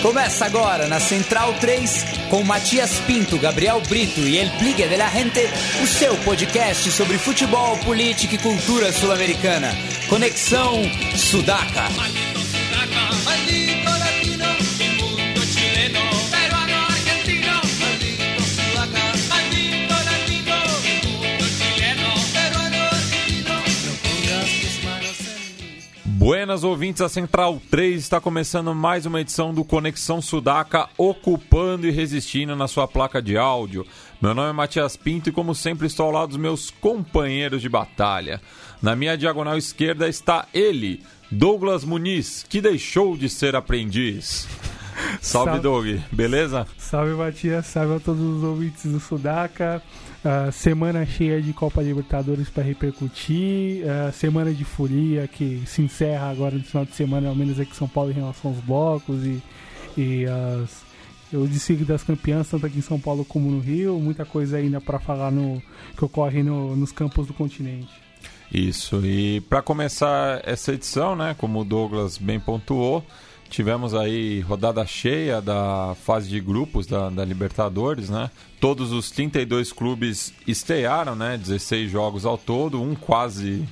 Começa agora na Central 3 com Matias Pinto, Gabriel Brito e El Pligue de la Gente, o seu podcast sobre futebol, política e cultura sul-americana. Conexão Sudaca. Buenas ouvintes, a Central 3 está começando mais uma edição do Conexão Sudaca, ocupando e resistindo na sua placa de áudio. Meu nome é Matias Pinto e, como sempre, estou ao lado dos meus companheiros de batalha. Na minha diagonal esquerda está ele, Douglas Muniz, que deixou de ser aprendiz. Salve, Doug, beleza? Salve, Matias, salve a todos os ouvintes do Sudaca. Semana cheia de Copa Libertadores para repercutir, semana de folia que se encerra agora no final de semana, ao menos aqui em São Paulo, em relação aos blocos e o desfile das campeãs, tanto aqui em São Paulo como no Rio. Muita coisa ainda para falar que ocorre nos campos do continente. Isso, e para começar essa edição, né, como o Douglas bem pontuou, tivemos aí rodada cheia da fase de grupos da Libertadores, né? Todos os 32 clubes estrearam, né? 16 jogos ao todo, um quase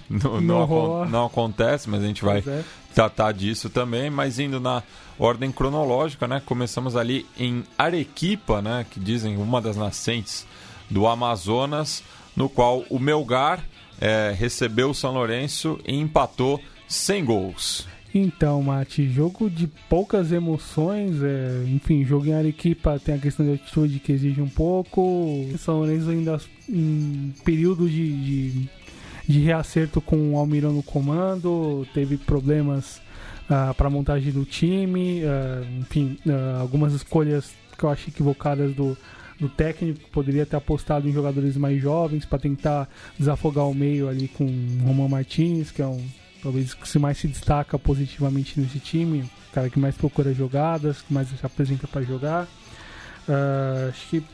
não acontece, mas a gente vai tratar disso também. Mas indo na ordem cronológica, né? Começamos ali em Arequipa, né? Que dizem uma das nascentes do Amazonas, no qual o Melgar recebeu o São Lourenço e empatou sem gols. Então, Mati, jogo de poucas emoções, enfim, jogo em Arequipa tem a questão de altitude que exige um pouco, o São Lourenço ainda em período de reacerto com o Almirão no comando, teve problemas para a montagem do time, enfim, algumas escolhas que eu acho equivocadas do técnico, poderia ter apostado em jogadores mais jovens para tentar desafogar o meio ali com o Roman Martins, que é talvez que mais se destaca positivamente nesse time, o cara que mais procura jogadas, que mais se apresenta para jogar. Acho que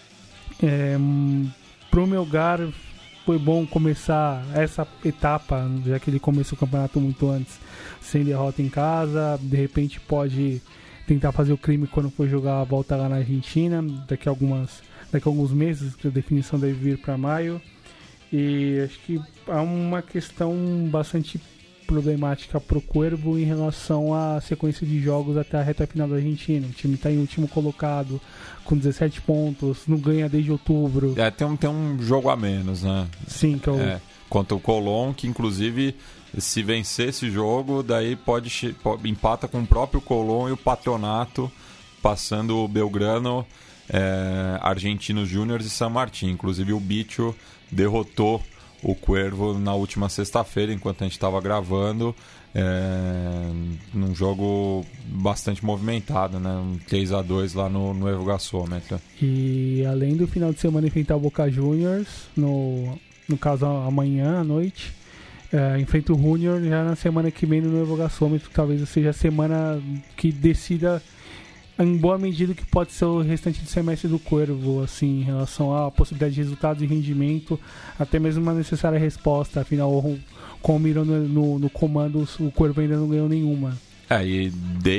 pro Melgar foi bom começar essa etapa, já que ele começou o campeonato muito antes, sem derrota em casa. De repente pode tentar fazer o crime quando for jogar a volta lá na Argentina, daqui a alguns meses, que a definição deve vir para maio. E acho que há uma questão bastante problemática pro Cuervo em relação à sequência de jogos até a reta final da Argentina. O time está em último colocado, com 17 pontos, não ganha desde outubro. Tem um jogo a menos, né? Sim, que contra o Colón, que inclusive, se vencer esse jogo, daí empata com o próprio Colón e o Patronato, passando o Belgrano, Argentinos Júnior e San Martín. Inclusive o Bicho derrotou o Cuervo na última sexta-feira, enquanto a gente estava gravando, num jogo bastante movimentado, né? Um 3-2 lá no Evo Gasômetro. E além do final de semana enfrentar o Boca Juniors, no caso amanhã à noite, enfrenta o Junior já na semana que vem no Evo Gasômetro, que talvez seja a semana que decida em boa medida que pode ser o restante do semestre do Cuervo, assim, em relação à possibilidade de resultados e rendimento, até mesmo uma necessária resposta. Afinal, com o Mirão no comando, o Cuervo ainda não ganhou nenhuma. E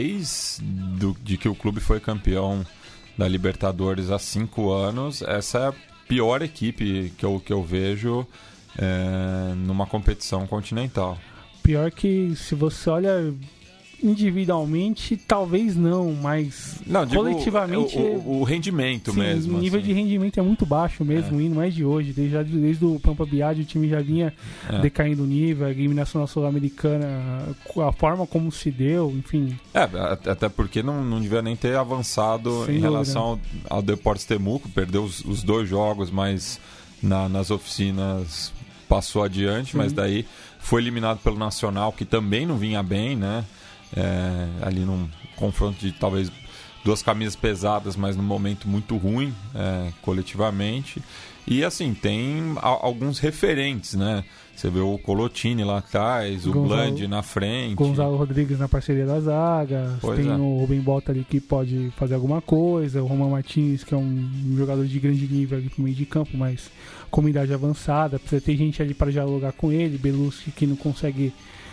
desde que o clube foi campeão da Libertadores há 5 anos, essa é a pior equipe que eu vejo numa competição continental. Pior que, se você olha individualmente, talvez não, mas coletivamente o rendimento, sim, mesmo. O nível de rendimento é muito baixo mesmo, e não é de hoje. Desde o Pampa Biagi o time já vinha decaindo o nível, a eliminação da Sul-Americana, a forma como se deu, enfim. Até porque não devia nem ter avançado sem em relação ao Deportes Temuco, perdeu os 2 jogos, mas nas oficinas passou adiante, mas daí foi eliminado pelo Nacional, que também não vinha bem, né? Ali num confronto de talvez 2 camisas pesadas, mas num momento muito ruim coletivamente. E assim, tem alguns referentes, né? Você vê o Colotini lá atrás, o Bland na frente, Gonzalo Rodrigues na parceria da zaga, tem o Rubem Bota ali que pode fazer alguma coisa, o Roman Martins, que é um jogador de grande nível ali pro meio de campo, mas com idade avançada, precisa ter gente ali para dialogar com ele, Belucci que não consegue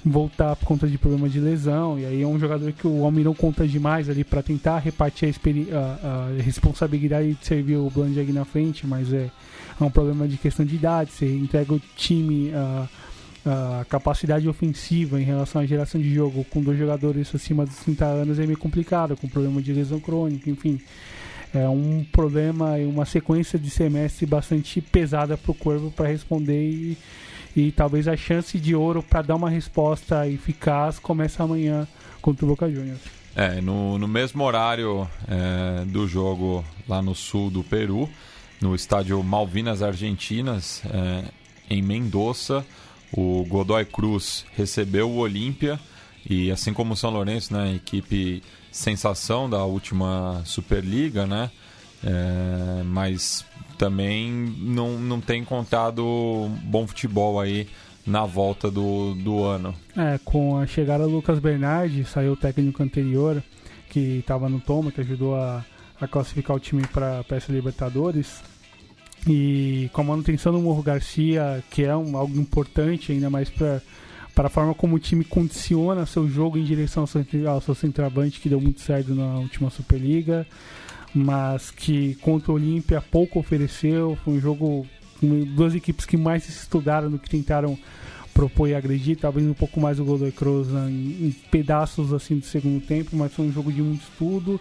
voltar por conta de problema de lesão, e aí é um jogador que o Almirão conta demais ali para tentar repartir a responsabilidade de servir o Blanjeg na frente, mas é um problema de questão de idade. Você entrega o time a capacidade ofensiva em relação à geração de jogo com 2 jogadores acima dos 30 anos é meio complicado, com problema de lesão crônica, enfim. É um problema e uma sequência de semestre bastante pesada para o Corvo para responder, e talvez a chance de ouro para dar uma resposta eficaz começa amanhã contra o Boca Juniors. No mesmo horário do jogo lá no sul do Peru, no estádio Malvinas Argentinas, em Mendoza, o Godoy Cruz recebeu o Olímpia, e assim como o São Lourenço, né, equipe sensação da última Superliga, né, mas também não tem contado bom futebol aí na volta do ano. Com a chegada do Lucas Bernardi, saiu o técnico anterior que estava no Toma, que ajudou a classificar o time para essa Libertadores, e com a manutenção do Morro Garcia, que é algo importante ainda mais para a forma como o time condiciona seu jogo em direção ao seu centroavante, que deu muito certo na última Superliga, mas que contra o Olímpia pouco ofereceu. Foi um jogo com 2 equipes que mais se estudaram no que tentaram propor e agredir, talvez um pouco mais o Godoy Cruz em pedaços assim do segundo tempo, mas foi um jogo de muito estudo.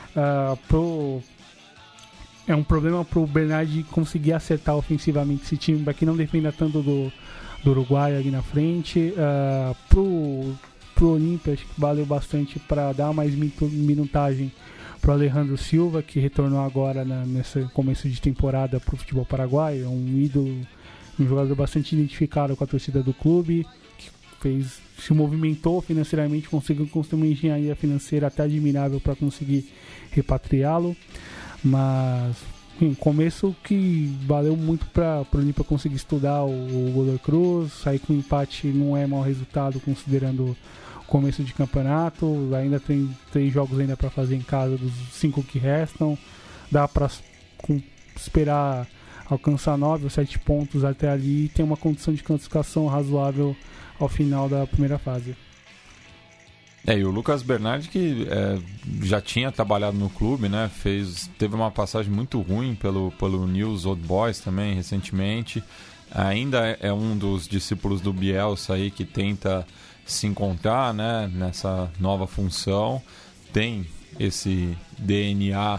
É um problema para o Bernardi conseguir acertar ofensivamente esse time, para que não defenda tanto do Uruguai ali na frente. Pro Olímpia, acho que valeu bastante para dar mais minutagem pro Alejandro Silva, que retornou agora nesse começo de temporada pro futebol paraguaio. É um ídolo, um jogador bastante identificado com a torcida do clube, que se movimentou financeiramente, conseguiu construir uma engenharia financeira até admirável para conseguir repatriá-lo. Mas começo que valeu muito para o Olímpia conseguir estudar o Godoy Cruz. Sair com empate não é mau resultado considerando o começo de campeonato. Ainda tem 3 jogos ainda para fazer em casa dos 5 que restam. Dá para esperar alcançar 9 ou 7 pontos até ali e ter uma condição de classificação razoável ao final da primeira fase. E o Lucas Bernardi, que já tinha trabalhado no clube, né? Teve uma passagem muito ruim pelo News Old Boys também, recentemente. Ainda é um dos discípulos do Bielsa aí que tenta se encontrar, né, nessa nova função. Tem esse DNA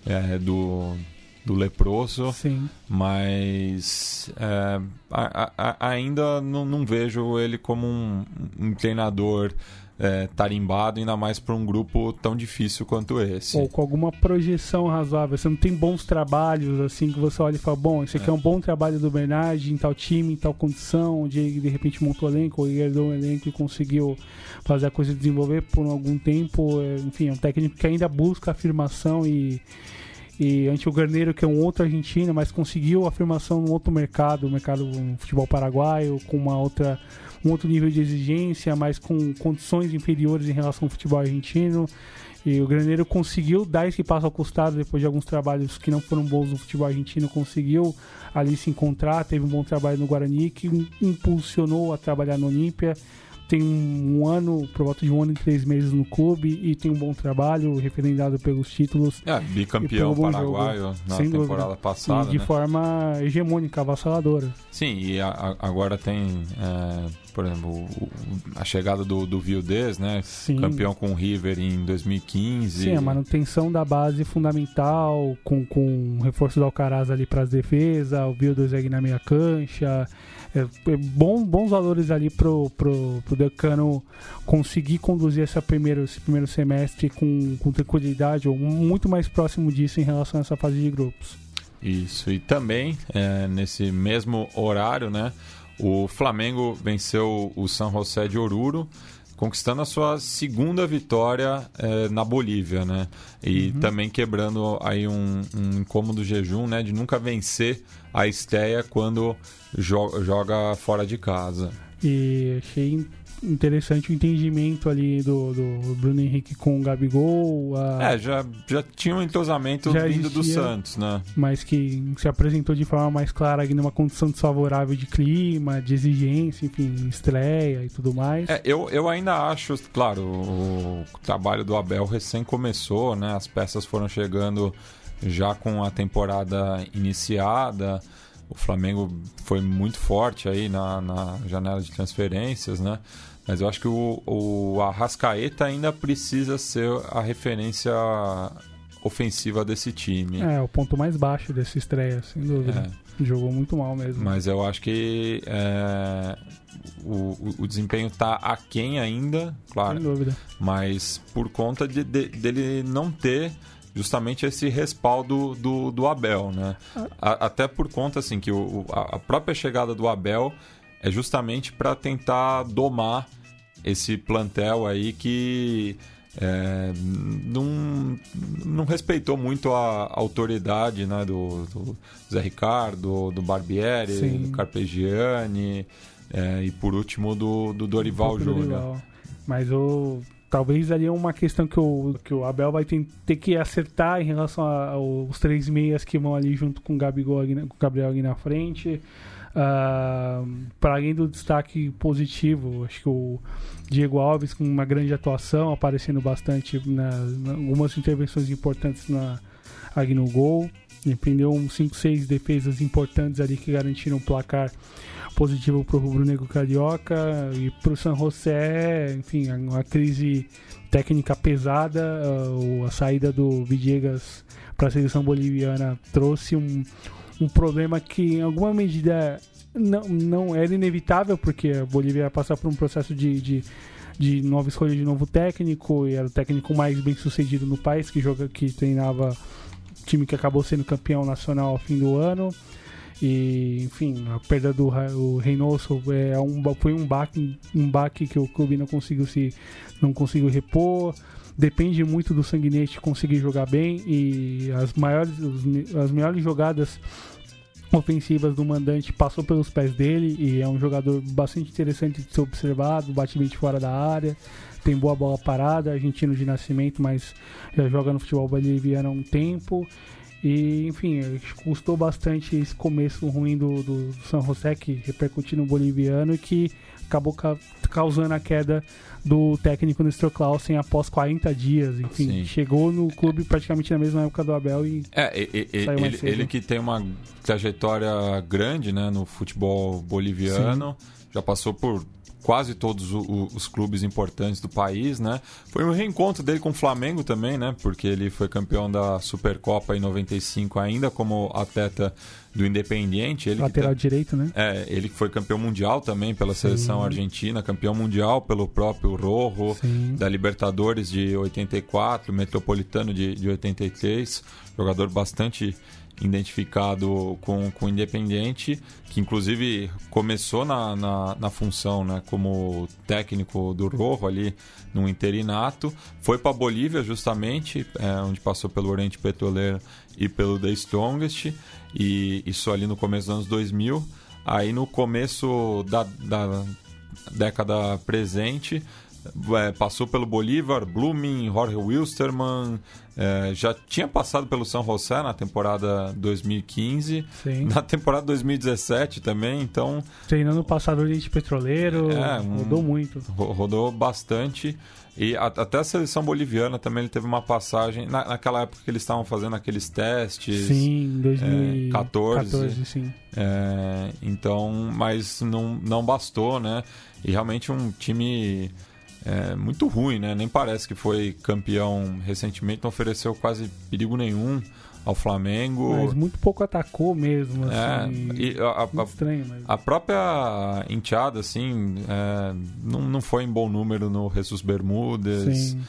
do leproso. Sim. Mas ainda não vejo ele como um treinador tarimbado, ainda mais para um grupo tão difícil quanto esse. Ou com alguma projeção razoável. Você não tem bons trabalhos assim que você olha e fala, bom, esse aqui é um bom trabalho do Bernardi em tal time, em tal condição, onde ele de repente montou o elenco, ou ele herdou um elenco e conseguiu fazer a coisa desenvolver por algum tempo. Enfim, é um técnico que ainda busca afirmação e ante o Garneiro, que é um outro argentino, mas conseguiu afirmação no outro mercado, o mercado no futebol paraguaio, com um outro nível de exigência, mas com condições inferiores em relação ao futebol argentino. E o Garneiro conseguiu dar esse passo ao costado depois de alguns trabalhos que não foram bons no futebol argentino, conseguiu ali se encontrar, teve um bom trabalho no Guarani, que impulsionou a trabalhar no Olímpia. Tem por volta de 1 ano e 3 meses no clube e tem um bom trabalho, referendado pelos títulos. Bicampeão paraguaio na temporada passada. E de forma hegemônica, avassaladora. Sim, e agora tem, por exemplo, a chegada do Vildés, né? Sim. Campeão com o River em 2015. Sim, a manutenção da base fundamental, com o reforço do Alcaraz ali para as defesas, o Vildés na meia cancha. Bons valores ali pro Decano conseguir conduzir esse primeiro semestre com tranquilidade, ou muito mais próximo disso em relação a essa fase de grupos. Isso, e também nesse mesmo horário, né, o Flamengo venceu o San José de Oruro, conquistando a sua segunda vitória na Bolívia, né? E também quebrando aí um incômodo jejum, né, de nunca vencer a Estéia quando joga fora de casa. E achei interessante o entendimento ali do Bruno Henrique com o Gabigol. Já tinha um entrosamento vindo do Santos, né? Mas que se apresentou de forma mais clara aqui numa condição desfavorável de clima, de exigência, enfim, estreia e tudo mais. Eu ainda acho, claro, o trabalho do Abel recém começou, né? As peças foram chegando já com a temporada iniciada. O Flamengo foi muito forte aí na janela de transferências, né? Mas eu acho que o Arrascaeta ainda precisa ser a referência ofensiva desse time. O ponto mais baixo dessa estreia, sem dúvida. Jogou muito mal mesmo. Mas eu acho que o desempenho está aquém ainda, claro. Sem dúvida. Mas por conta dele não ter justamente esse respaldo do Abel, né? Até por conta assim que a própria chegada do Abel é justamente para tentar domar esse plantel aí que não respeitou muito a autoridade, né, do Zé Ricardo, do Barbieri, Sim. do Carpegiani, e por último do Dorival Júnior. Mas talvez ali é uma questão que o Abel vai ter que acertar em relação aos 3 meias que vão ali junto com o Gabriel aqui na frente. Para além do destaque positivo, acho que o Diego Alves com uma grande atuação, aparecendo bastante em algumas intervenções importantes aqui no gol. Empreendeu 5-6 defesas importantes ali que garantiram um placar positivo para o rubro-negro carioca e para o San José, enfim, uma crise técnica pesada. A saída do Villegas para a seleção boliviana trouxe um problema que em alguma medida não era inevitável, porque a Bolívia ia passar por um processo de nova escolha de novo técnico, e era o técnico mais bem sucedido no país, que treinava o time que acabou sendo campeão nacional ao fim do ano. E, enfim, a perda do Reynoso foi um baque que o clube não conseguiu repor. Depende muito do Sanguinete conseguir jogar bem, e as melhores jogadas ofensivas do mandante passou pelos pés dele, e é um jogador bastante interessante de ser observado, bate bem de fora da área, tem boa bola parada, argentino de nascimento, mas já joga no futebol boliviano há um tempo. E, enfim, custou bastante esse começo ruim do San José, que repercutiu no boliviano e que acabou causando a queda do técnico Nestor Clausen após 40 dias. Enfim, Sim. Chegou no clube praticamente na mesma época do Abel e saiu mais cedo. Ele que tem uma trajetória grande, né, no futebol boliviano. Sim. Já passou por quase todos os clubes importantes do país, né? Foi um reencontro dele com o Flamengo também, né? Porque ele foi campeão da Supercopa em 95 ainda como atleta do Independiente. Lateral direito, né? Ele foi campeão mundial também pela seleção argentina, campeão mundial pelo próprio Rojo, Sim. da Libertadores de 84, Metropolitano de 83, jogador bastante identificado com o Independiente, que inclusive começou na função, né, como técnico do Rojo ali no interinato, foi para a Bolívia justamente, onde passou pelo Oriente Petroleiro e pelo The Strongest, e isso ali no começo dos anos 2000. Aí no começo da década presente, passou pelo Bolívar, Blooming, Jorge Wilstermann, já tinha passado pelo San José na temporada 2015, Sim. na temporada 2017 também, então... Treinando o passador de petroleiro, rodou muito. Rodou bastante, e até a seleção boliviana também ele teve uma passagem, naquela época que eles estavam fazendo aqueles testes... Sim, 2014, sim. Então, mas não bastou, né? E realmente um time... muito ruim, né? Nem parece que foi campeão recentemente, não ofereceu quase perigo nenhum ao Flamengo. Mas muito pouco atacou mesmo, assim. Estranho, mas... A própria enteada, assim, não foi em bom número no Jesus Bermúdez. Sim.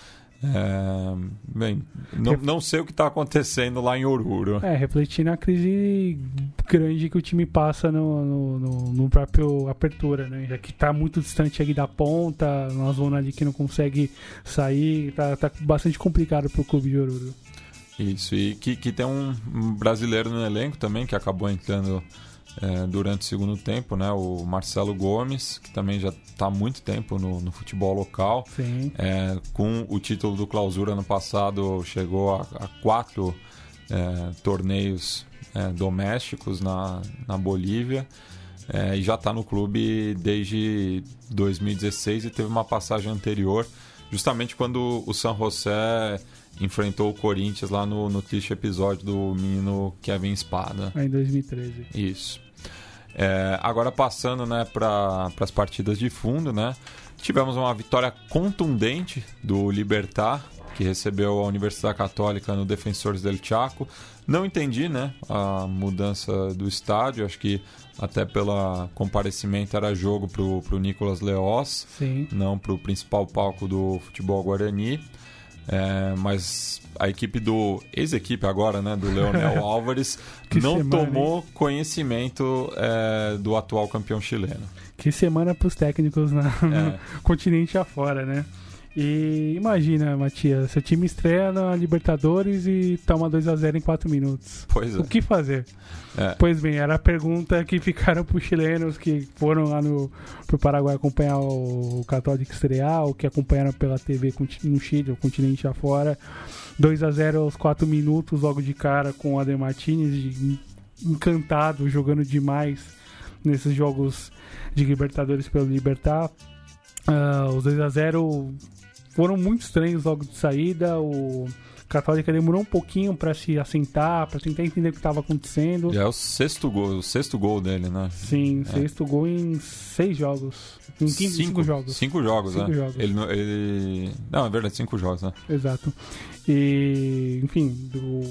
Não sei o que está acontecendo lá em Oruro. Refletindo a crise grande que o time passa no próprio Apertura, né? Já que está muito distante aqui da ponta, numa zona ali que não consegue sair, tá bastante complicado para o clube de Oruro. Isso, e que tem um brasileiro no elenco também, que acabou entrando durante o segundo tempo, né? O Marcelo Gomes, que também já está há muito tempo no futebol local. Sim. Com o título do Clausura ano passado, chegou a 4 torneios domésticos na Bolívia. E já está no clube desde 2016 e teve uma passagem anterior, justamente quando o San José enfrentou o Corinthians lá no triste episódio do menino Kevin Espada. Em 2013. Isso. Agora passando, né, para as partidas de fundo, né, tivemos uma vitória contundente do Libertad, que recebeu a Universidade Católica no Defensores del Chaco. Não entendi, né, a mudança do estádio, acho que até pelo comparecimento era jogo pro Nicolas Leoz, sim, não pro principal palco do futebol guarani. Mas a ex-equipe agora, né, do Leonel Álvares, não tomou conhecimento do atual campeão chileno. Que semana para os técnicos no continente afora, né? E imagina, Matias, seu time estreia na Libertadores e toma 2-0 em 4 minutos. Pois é. O que fazer? Pois bem, era a pergunta que ficaram para os chilenos que foram lá pro Paraguai acompanhar o Católico estrear, ou que acompanharam pela TV no Chile, o continente afora. 2-0 aos 4 minutos, logo de cara, com o Ademar Martínez encantado, jogando demais nesses jogos de Libertadores pelo Libertad. Os 2-0 foram muito estranhos logo de saída. O Católica demorou um pouquinho para se assentar, para tentar entender o que estava acontecendo. Já é o sexto gol dele, né? Sim, sexto gol em 6 jogos. Em 5 jogos. 5 jogos, né? Jogos. Não, é verdade, 5 jogos, né? Exato. E, enfim,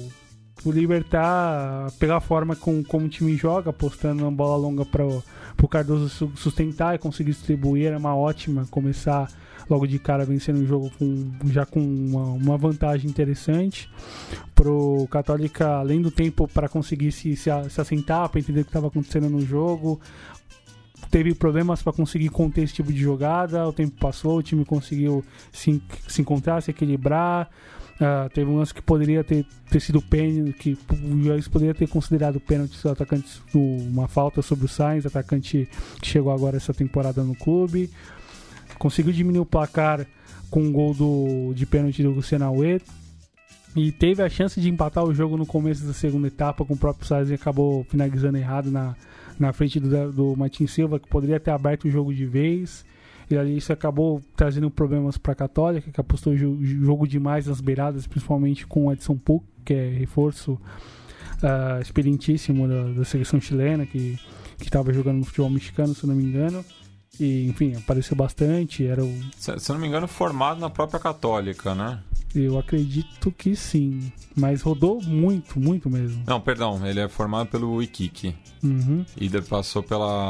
o Libertad, pela forma como o time joga, apostando na bola longa pro Cardoso sustentar e conseguir distribuir, era uma ótima começar logo de cara vencendo o jogo com uma vantagem interessante pro Católica, além do tempo para conseguir se assentar, para entender o que estava acontecendo no jogo. Teve problemas para conseguir conter esse tipo de jogada, o tempo passou, o time conseguiu se encontrar, se equilibrar. Teve um lance que poderia ter sido pênalti, que o juiz poderia ter considerado pênalti do atacante, uma falta sobre o Sainz, atacante que chegou agora essa temporada no clube. Conseguiu diminuir o placar com um gol de pênalti do Luciano Aue. E teve a chance de empatar o jogo no começo da segunda etapa, com o próprio Sainz e acabou finalizando errado na frente do Martin Silva, que poderia ter aberto o jogo de vez. E ali isso acabou trazendo problemas para a Católica, que apostou jogo demais nas beiradas, principalmente com o Edson Puc, que é reforço experientíssimo da seleção chilena, que estava jogando no futebol mexicano, se não me engano. E, enfim, apareceu bastante. Se não me engano, formado na própria Católica, né? Eu acredito que sim, mas rodou muito, muito mesmo. Não, perdão, ele é formado pelo Iquique. Uhum. E passou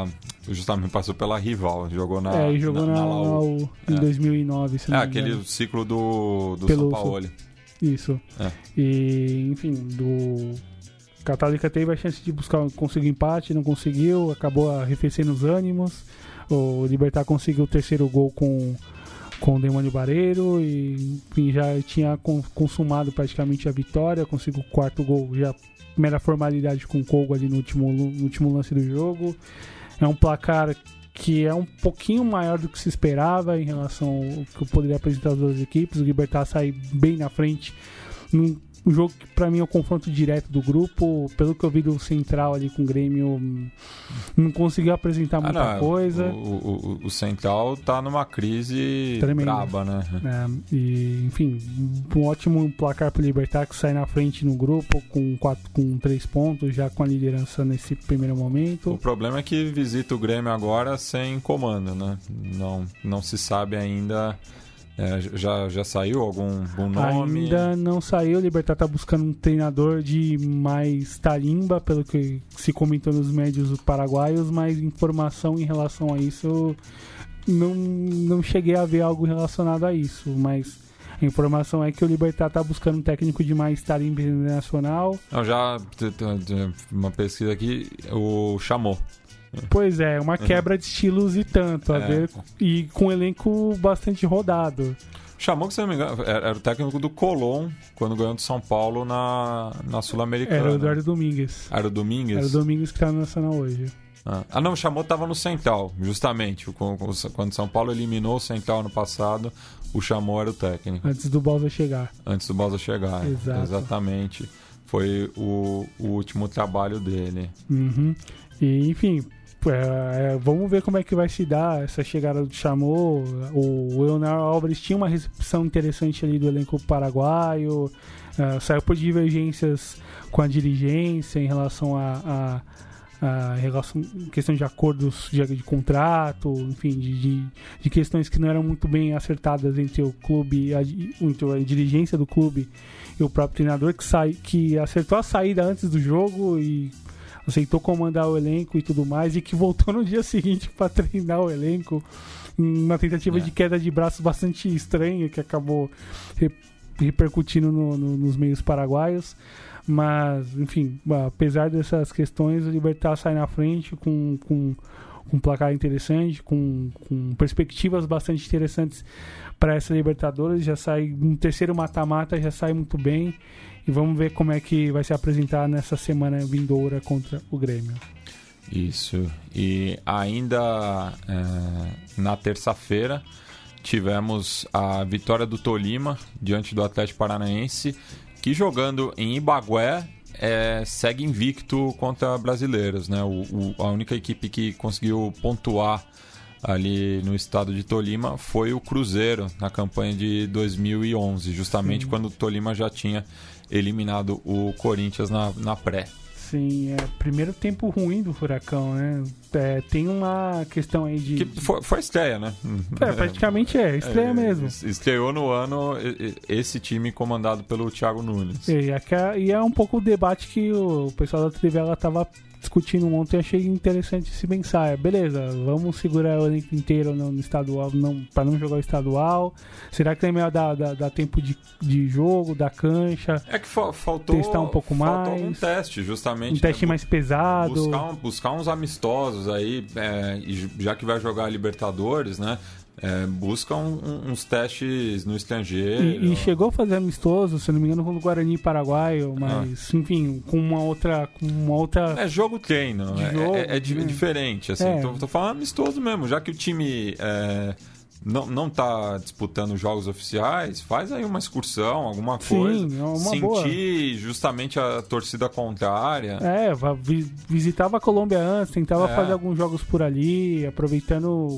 pela rival, jogou na Laú em 2009, se não me engano. Aquele ciclo do São Paulo. Isso. E, enfim, do Católica teve a chance de conseguir empate, não conseguiu, acabou arrefecendo os ânimos. O Libertad conseguiu o terceiro gol com o Demônio Barreiro e, enfim, já tinha consumado praticamente a vitória, conseguiu o quarto gol, já mera formalidade com o Colgo ali no último lance do jogo. É um placar que é um pouquinho maior do que se esperava em relação ao que poderia apresentar as duas equipes. O Libertad sai bem na frente um jogo que pra mim é o confronto direto do grupo. Pelo que eu vi do Central ali com o Grêmio, não conseguiu apresentar muita coisa. O Central tá numa crise braba, né? E, enfim, um ótimo placar pro Libertad, que sai na frente no grupo com 3 pontos, já com a liderança nesse primeiro momento. O problema é que visita o Grêmio agora sem comando, né? Não se sabe ainda. Já saiu algum nome? Ainda não saiu. O Libertad tá buscando um treinador de mais tarimba, pelo que se comentou nos médios paraguaios, mas informação em relação a isso não cheguei a ver algo relacionado a isso, mas a informação é que o Libertad tá buscando um técnico de mais tarimba internacional. Já uma pesquisa aqui, o chamou. Pois é, uma quebra de estilos e tanto a ver, e com um elenco bastante rodado. Chamou, que se não me engano, era o técnico do Colón, quando ganhou do São Paulo na Sul-Americana. Era o Eduardo Domingues. Era o Domingues? Era o Domingues que tá no Nacional hoje. Não, o Chamou estava no Central, justamente. Quando o São Paulo eliminou o Central ano passado, o Chamou era o técnico. Antes do Balsa chegar. Exato. Exatamente. Foi o último trabalho dele. Uhum. E, enfim, vamos ver como é que vai se dar essa chegada do Chamou. O Leonardo Álvares tinha uma recepção interessante ali do elenco paraguaio. Saiu por divergências com a dirigência em relação a questão de acordos de contrato, enfim, de questões que não eram muito bem acertadas entre o clube, entre a dirigência do clube e o próprio treinador, que acertou a saída antes do jogo e aceitou comandar o elenco e tudo mais, e que voltou no dia seguinte para treinar o elenco, em uma tentativa de queda de braços bastante estranha, que acabou repercutindo nos meios paraguaios. Mas, enfim, apesar dessas questões, o Libertad sai na frente com um placar interessante, com perspectivas bastante interessantes para essa Libertadores. Já sai no terceiro mata-mata, já sai muito bem. E vamos ver como é que vai se apresentar nessa semana vindoura contra o Grêmio. Isso. E ainda na terça-feira tivemos a vitória do Tolima diante do Atlético Paranaense, que jogando em Ibagué segue invicto contra brasileiros, né? A única equipe que conseguiu pontuar ali no estado de Tolima foi o Cruzeiro na campanha de 2011, justamente quando o Tolima já tinha eliminado o Corinthians na pré. Sim, primeiro tempo ruim do Furacão, né? Tem uma questão aí de... Que foi estreia, né? Praticamente estreia mesmo. Estreou no ano esse time comandado pelo Thiago Nunes. E é um pouco o debate que o pessoal da Trivela estava discutindo ontem. Achei interessante se pensar. Beleza, vamos segurar o elenco inteiro no estadual, para não jogar o estadual. Será que tem melhor dar tempo de jogo, da cancha? É que faltou testar um pouco mais. Faltou um teste, justamente. Um teste mais pesado. Buscar uns amistosos aí, já que vai jogar a Libertadores, né? Busca uns testes no estrangeiro. E chegou a fazer amistoso, se não me engano, com o Guarani Paraguaio, mas enfim, com uma outra. Jogo treino, diferente, assim. Tô falando amistoso mesmo, já que o time não tá disputando jogos oficiais, faz aí uma excursão, alguma coisa. Sentir boa. Justamente a torcida contrária. Visitava a Colômbia antes, tentava fazer alguns jogos por ali, aproveitando.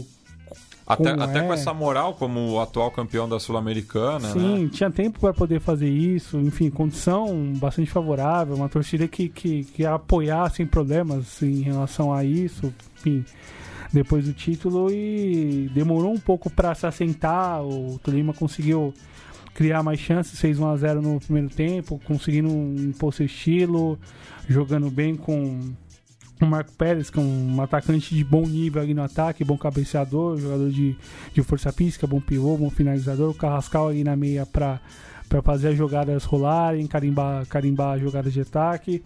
Até com essa moral como o atual campeão da Sul-Americana. Sim, né? Tinha tempo para poder fazer isso. Enfim, condição bastante favorável. Uma torcida que ia apoiar sem problemas em relação a isso. Enfim, depois do título, e demorou um pouco para se assentar. O Tolima conseguiu criar mais chances, 6-1-0 no primeiro tempo, conseguindo impor seu estilo, jogando bem com o Marco Pérez, que é um atacante de bom nível ali no ataque, bom cabeceador, jogador de força física, bom pivô, bom finalizador. O Carrascal ali na meia para fazer as jogadas rolarem, carimbar jogadas de ataque.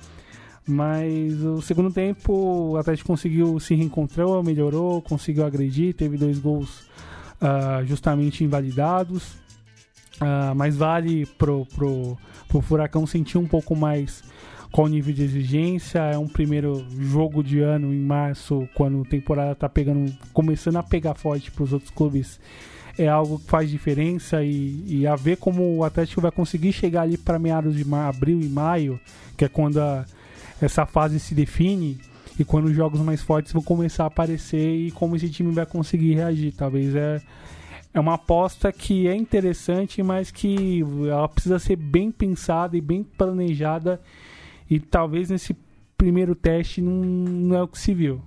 Mas o segundo tempo o Atlético conseguiu se reencontrar, melhorou, conseguiu agredir, teve 2 gols justamente invalidados. Mas vale pro Furacão sentir um pouco mais qual o nível de exigência. É um primeiro jogo de ano em março, quando a temporada tá começando a pegar forte para os outros clubes. É algo que faz diferença, e a ver como o Atlético vai conseguir chegar ali para meados de abril e maio, que é quando essa fase se define, e quando os jogos mais fortes vão começar a aparecer, e como esse time vai conseguir reagir. Talvez é uma aposta que é interessante, mas que ela precisa ser bem pensada e bem planejada, e talvez nesse primeiro teste não é o que se viu.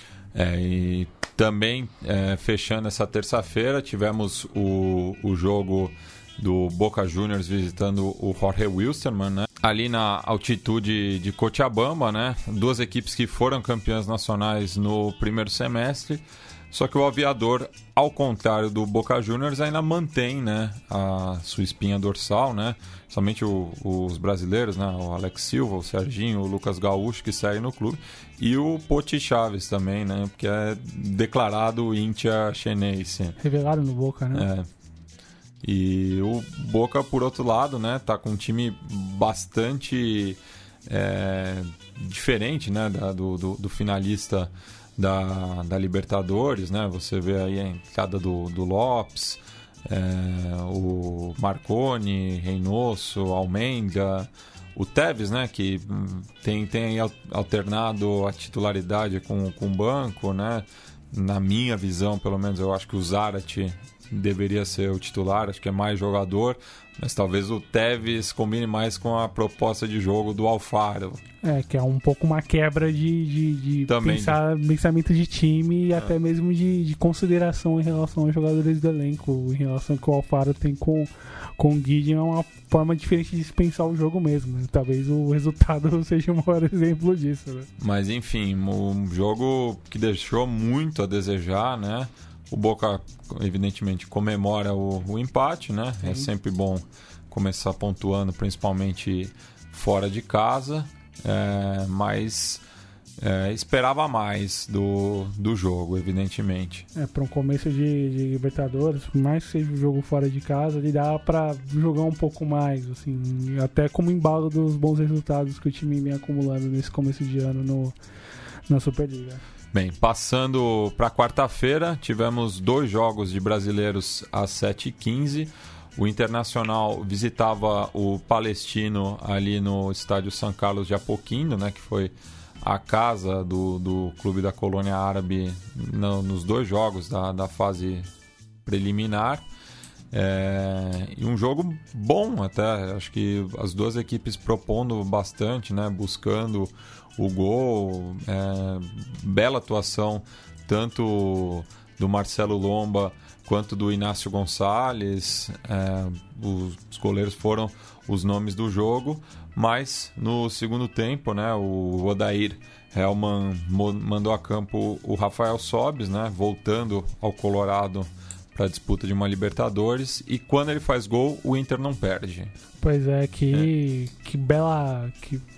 E também, fechando essa terça-feira, tivemos o jogo do Boca Juniors visitando o Jorge Wilstermann, né? Ali na altitude de Cochabamba, né? 2 equipes que foram campeãs nacionais no primeiro semestre. Só que o Aviador, ao contrário do Boca Juniors, ainda mantém, né, a sua espinha dorsal, né? Somente os brasileiros, né? O Alex Silva, o Serginho, o Lucas Gaúcho, que seguem no clube. E o Poti Chaves também, né? Porque é declarado Intia Xeneice. Revelado no Boca, né? E o Boca, por outro lado, né, tá com um time bastante diferente, né, do finalista da Libertadores, né? Você vê aí a entrada do Lopes, o Marconi, Reynoso, Almeida, o Tevez, né, que tem alternado a titularidade com o banco, né? Na minha visão, pelo menos, eu acho que o Zarate deveria ser o titular, acho que é mais jogador, mas talvez o Tevez combine mais com a proposta de jogo do Alfaro. Que é um pouco uma quebra de pensamento de time e até mesmo de consideração em relação aos jogadores do elenco, em relação ao que o Alfaro tem com o Gideon, é uma forma diferente de se pensar o jogo mesmo, né? Talvez o resultado seja o maior exemplo disso, né? Mas enfim, um jogo que deixou muito a desejar, né? O Boca, evidentemente, comemora o empate, né? Sim. É sempre bom começar pontuando, principalmente fora de casa, mas esperava mais do jogo, evidentemente. Para um começo de Libertadores, por mais que seja um jogo fora de casa, ele dá para jogar um pouco mais, assim, até como embalo dos bons resultados que o time vem acumulando nesse começo de ano na Superliga. Bem, passando para quarta-feira, tivemos 2 jogos de brasileiros às 7h15. O Internacional visitava o Palestino ali no estádio São Carlos de Apoquindo, né, que foi a casa do Clube da Colônia Árabe nos 2 jogos da fase preliminar. E um jogo bom até, acho que as 2 equipes propondo bastante, né, buscando o gol, bela atuação tanto do Marcelo Lomba quanto do Inácio Gonçalves. Os goleiros foram os nomes do jogo, mas no segundo tempo, né, o Odair Hellmann mandou a campo o Rafael Sobis, né, voltando ao Colorado para a disputa de uma Libertadores, e quando ele faz gol, o Inter não perde. Pois é, que bela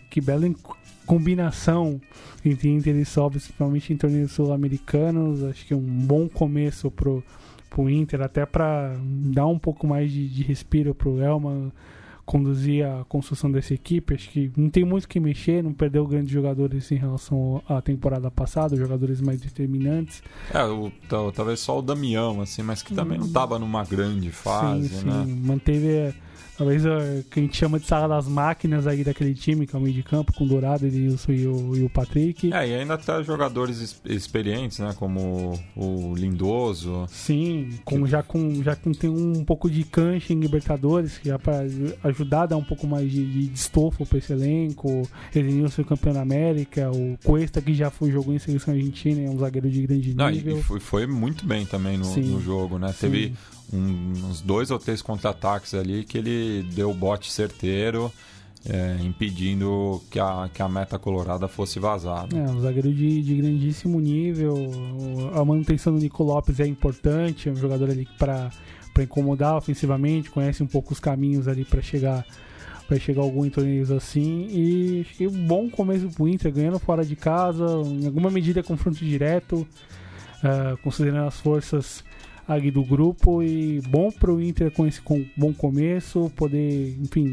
combinação entre Inter e Sobis, principalmente em torneios sul-americanos. Acho que é um bom começo pro Inter, até para dar um pouco mais de respiro pro Hellmann conduzir a construção dessa equipe. Acho que não tem muito o que mexer, não perdeu grandes jogadores em relação à temporada passada, jogadores mais determinantes. Talvez só o Damião, assim, mas que também não estava numa grande fase, né? Sim, manteve talvez que a gente chama de sala das máquinas aí daquele time, que é o meio de campo, com o Dourado, Edilson e o Patrick. E ainda até jogadores experientes, né? Como o Lindoso. Sim, já tem um pouco de cancha em Libertadores, que já para ajudar a dar um pouco mais de estofo para esse elenco. Edilson campeão da América, o Cuesta, que já jogou em seleção argentina, é um zagueiro de grande nível. E foi muito bem também no jogo, né? Sim. Teve uns 2 ou 3 contra-ataques ali que ele deu o bote certeiro, impedindo que a meta colorada fosse vazada. Um zagueiro de grandíssimo nível. A manutenção do Nico Lopes é importante, é um jogador ali para incomodar ofensivamente, conhece um pouco os caminhos ali para chegar algum em torneios assim. E acho que um bom começo pro Inter, ganhando fora de casa, em alguma medida confronto direto, considerando as forças ali do grupo, e bom pro Inter com esse bom começo, poder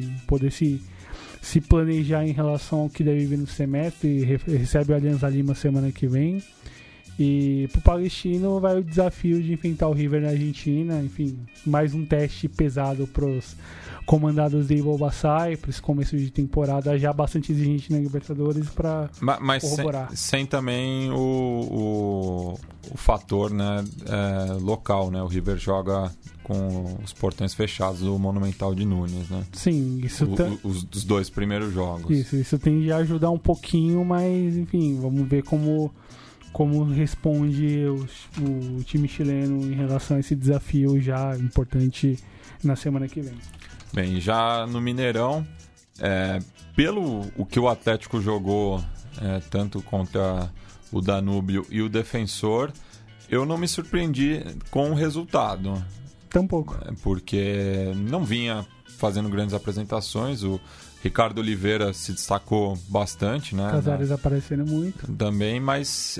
se planejar em relação ao que deve vir no semestre. Recebe o Alianza Lima semana que vem. E pro Palestino vai o desafio de enfrentar o River na Argentina. Enfim, mais um teste pesado pros comandados de Ivo Bassai para esse começo de temporada, já bastante exigente na Libertadores, para corroborar. Mas sem também o fator, né, local, né? O River joga com os portões fechados do Monumental de Nunes, né? Sim, isso os 2 primeiros jogos. Isso tende a ajudar um pouquinho, mas enfim, vamos ver como responde o time chileno em relação a esse desafio já importante na semana que vem. Bem, já no Mineirão, pelo o que o Atlético jogou, tanto contra o Danúbio e o Defensor, eu não me surpreendi com o resultado. Tampouco. Porque não vinha fazendo grandes apresentações. O Ricardo Oliveira se destacou bastante, né? Casares aparecendo muito. Também, mas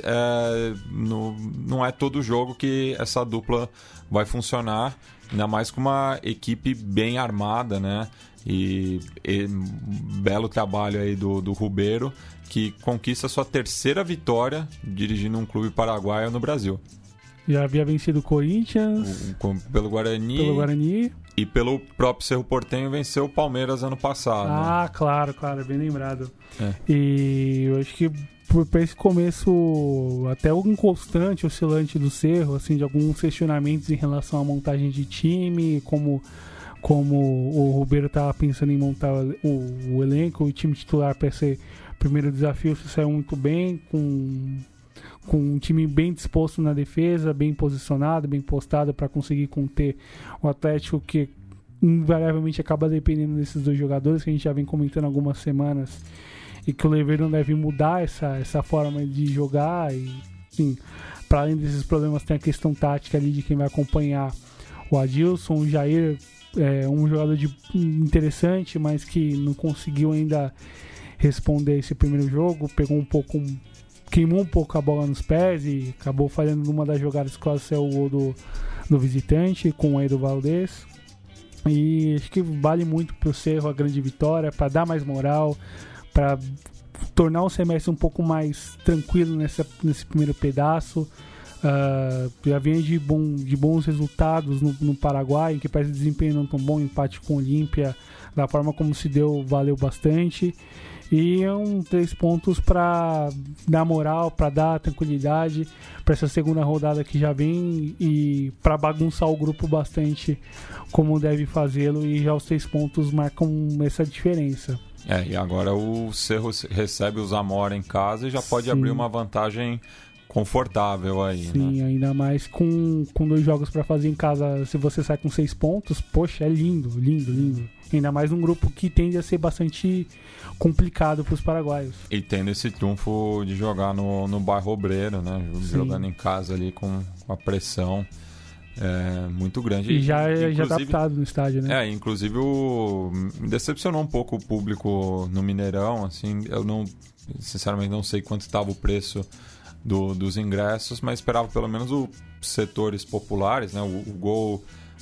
não é todo jogo que essa dupla vai funcionar, ainda mais com uma equipe bem armada, né? E belo trabalho aí do Rubeiro, que conquista sua terceira vitória dirigindo um clube paraguaio no Brasil. Já havia vencido o Corinthians, pelo Guarani e pelo próprio Cerro Porteño venceu o Palmeiras ano passado. Ah, claro, bem lembrado. E eu acho que por esse começo até um inconstante, oscilante do Cerro, assim, de alguns questionamentos em relação à montagem de time, como o Rubeiro estava pensando em montar o elenco, o time titular para esse primeiro desafio, se saiu muito bem, com um time bem disposto na defesa, bem posicionado, bem postado para conseguir conter o Atlético, que invariavelmente acaba dependendo desses dois jogadores que a gente já vem comentando há algumas semanas, e que o Oliveira não deve mudar essa forma de jogar. E, sim, para além desses problemas, tem a questão tática ali de quem vai acompanhar o Adilson. O Jair é um jogador interessante, mas que não conseguiu ainda responder esse primeiro jogo, queimou um pouco a bola nos pés e acabou falhando numa das jogadas que quase saiu o gol do visitante, com o Edu Valdez. E acho que vale muito pro Cerro a grande vitória, para dar mais moral, para tornar o semestre um pouco mais tranquilo nesse primeiro pedaço. Já vinha de bons resultados no Paraguai, em que parece desempenho não tão bom, empate com o Olímpia, da forma como se deu, valeu bastante. E é 3 pontos para dar moral, para dar tranquilidade para essa segunda rodada que já vem, e para bagunçar o grupo bastante, como deve fazê-lo, e já os 3 pontos marcam essa diferença. E agora o Cerro recebe o Zamora em casa e já pode abrir uma vantagem confortável aí. Sim, né? Ainda mais com 2 jogos para fazer em casa. Se você sai com 6 pontos, poxa, é lindo. Ainda mais num grupo que tende a ser bastante complicado para os paraguaios. E tendo esse trunfo de jogar no bairro Obreiro, né? Jogando em casa ali com a pressão muito grande. E já adaptado no estádio, né? Inclusive me decepcionou um pouco o público no Mineirão, assim. Eu sinceramente não sei quanto estava o preço dos ingressos, mas esperava pelo menos os setores populares, né? O gol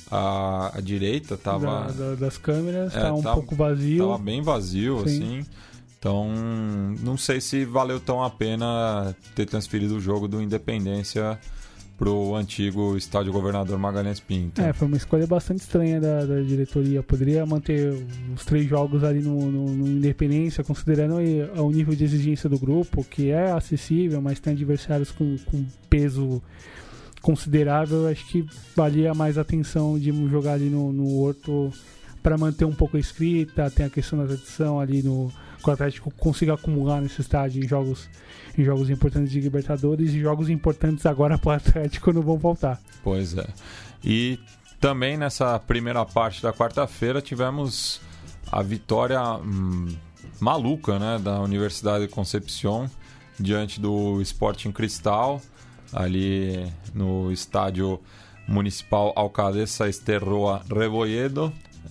à direita estava... Das câmeras, um pouco vazio. Estava bem vazio, Sim. assim. Então, não sei se valeu tão a pena ter transferido o jogo do Independência pro antigo estádio Governador Magalhães Pinto. Foi uma escolha bastante estranha da diretoria. Poderia manter os 3 jogos ali no Independência, considerando o nível de exigência do grupo, que é acessível, mas tem adversários com peso considerável. Acho que valia mais a atenção de jogar ali no Horto para manter um pouco a escrita. Tem a questão da tradição ali que o Atlético consiga acumular nesse estádio em jogos importantes de Libertadores, e jogos importantes agora para o Atlético não vão faltar. Pois é. E também nessa primeira parte da quarta-feira tivemos a vitória maluca, né, da Universidade de Concepción diante do Sporting Cristal, ali no estádio municipal Alcaldesa Esterroa Rebolledo,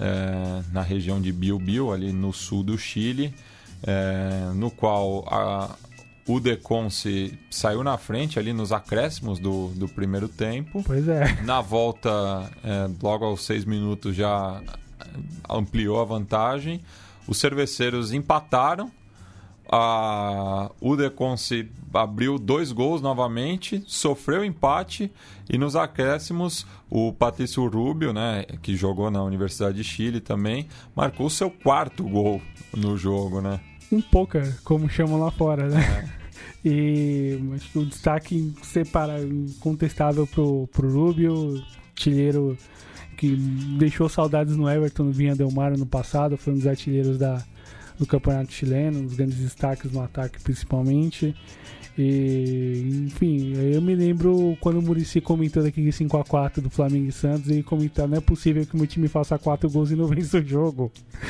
na região de Biobío, ali no sul do Chile, no qual a Udeconce saiu na frente ali nos acréscimos do primeiro tempo. Pois é. Na volta, logo aos 6 minutos, já ampliou a vantagem. Os cerveceiros empataram. A Udeconce abriu 2 gols novamente, sofreu empate, e nos acréscimos o Patrício Rubio, né, que jogou na Universidade de Chile também, marcou seu 4º gol no jogo, né? Um poker, como chamam lá fora, né? E acho que o destaque incontestável pro Rubio, artilheiro que deixou saudades no Everton, no Vinha Del Mar no passado, foi um dos artilheiros do campeonato chileno, um dos grandes destaques no ataque principalmente. E, enfim, eu me lembro quando o Muricy comentou daquele 5-4 do Flamengo e Santos, ele comentou: não é possível que o meu time faça 4 gols e não vença o jogo.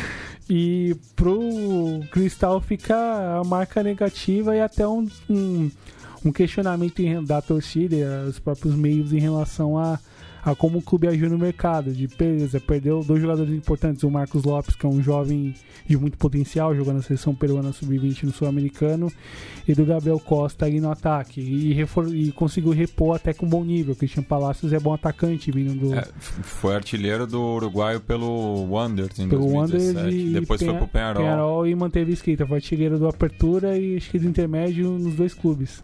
E pro Cristal fica a marca negativa e até um questionamento da torcida e os próprios meios em relação a a como o clube agiu no mercado, de beleza, perdeu 2 jogadores importantes, o Marcos Lopes, que é um jovem de muito potencial, jogando na seleção peruana sub-20 no Sul-Americano, e do Gabriel Costa aí no ataque, e conseguiu repor até com bom nível. Christian Palacios é bom atacante, vindo do... foi artilheiro do uruguaio pelo Wanderers em 2017, depois foi pro Peñarol e manteve escrita, foi artilheiro do Apertura e acho que do Intermédio nos 2 clubes.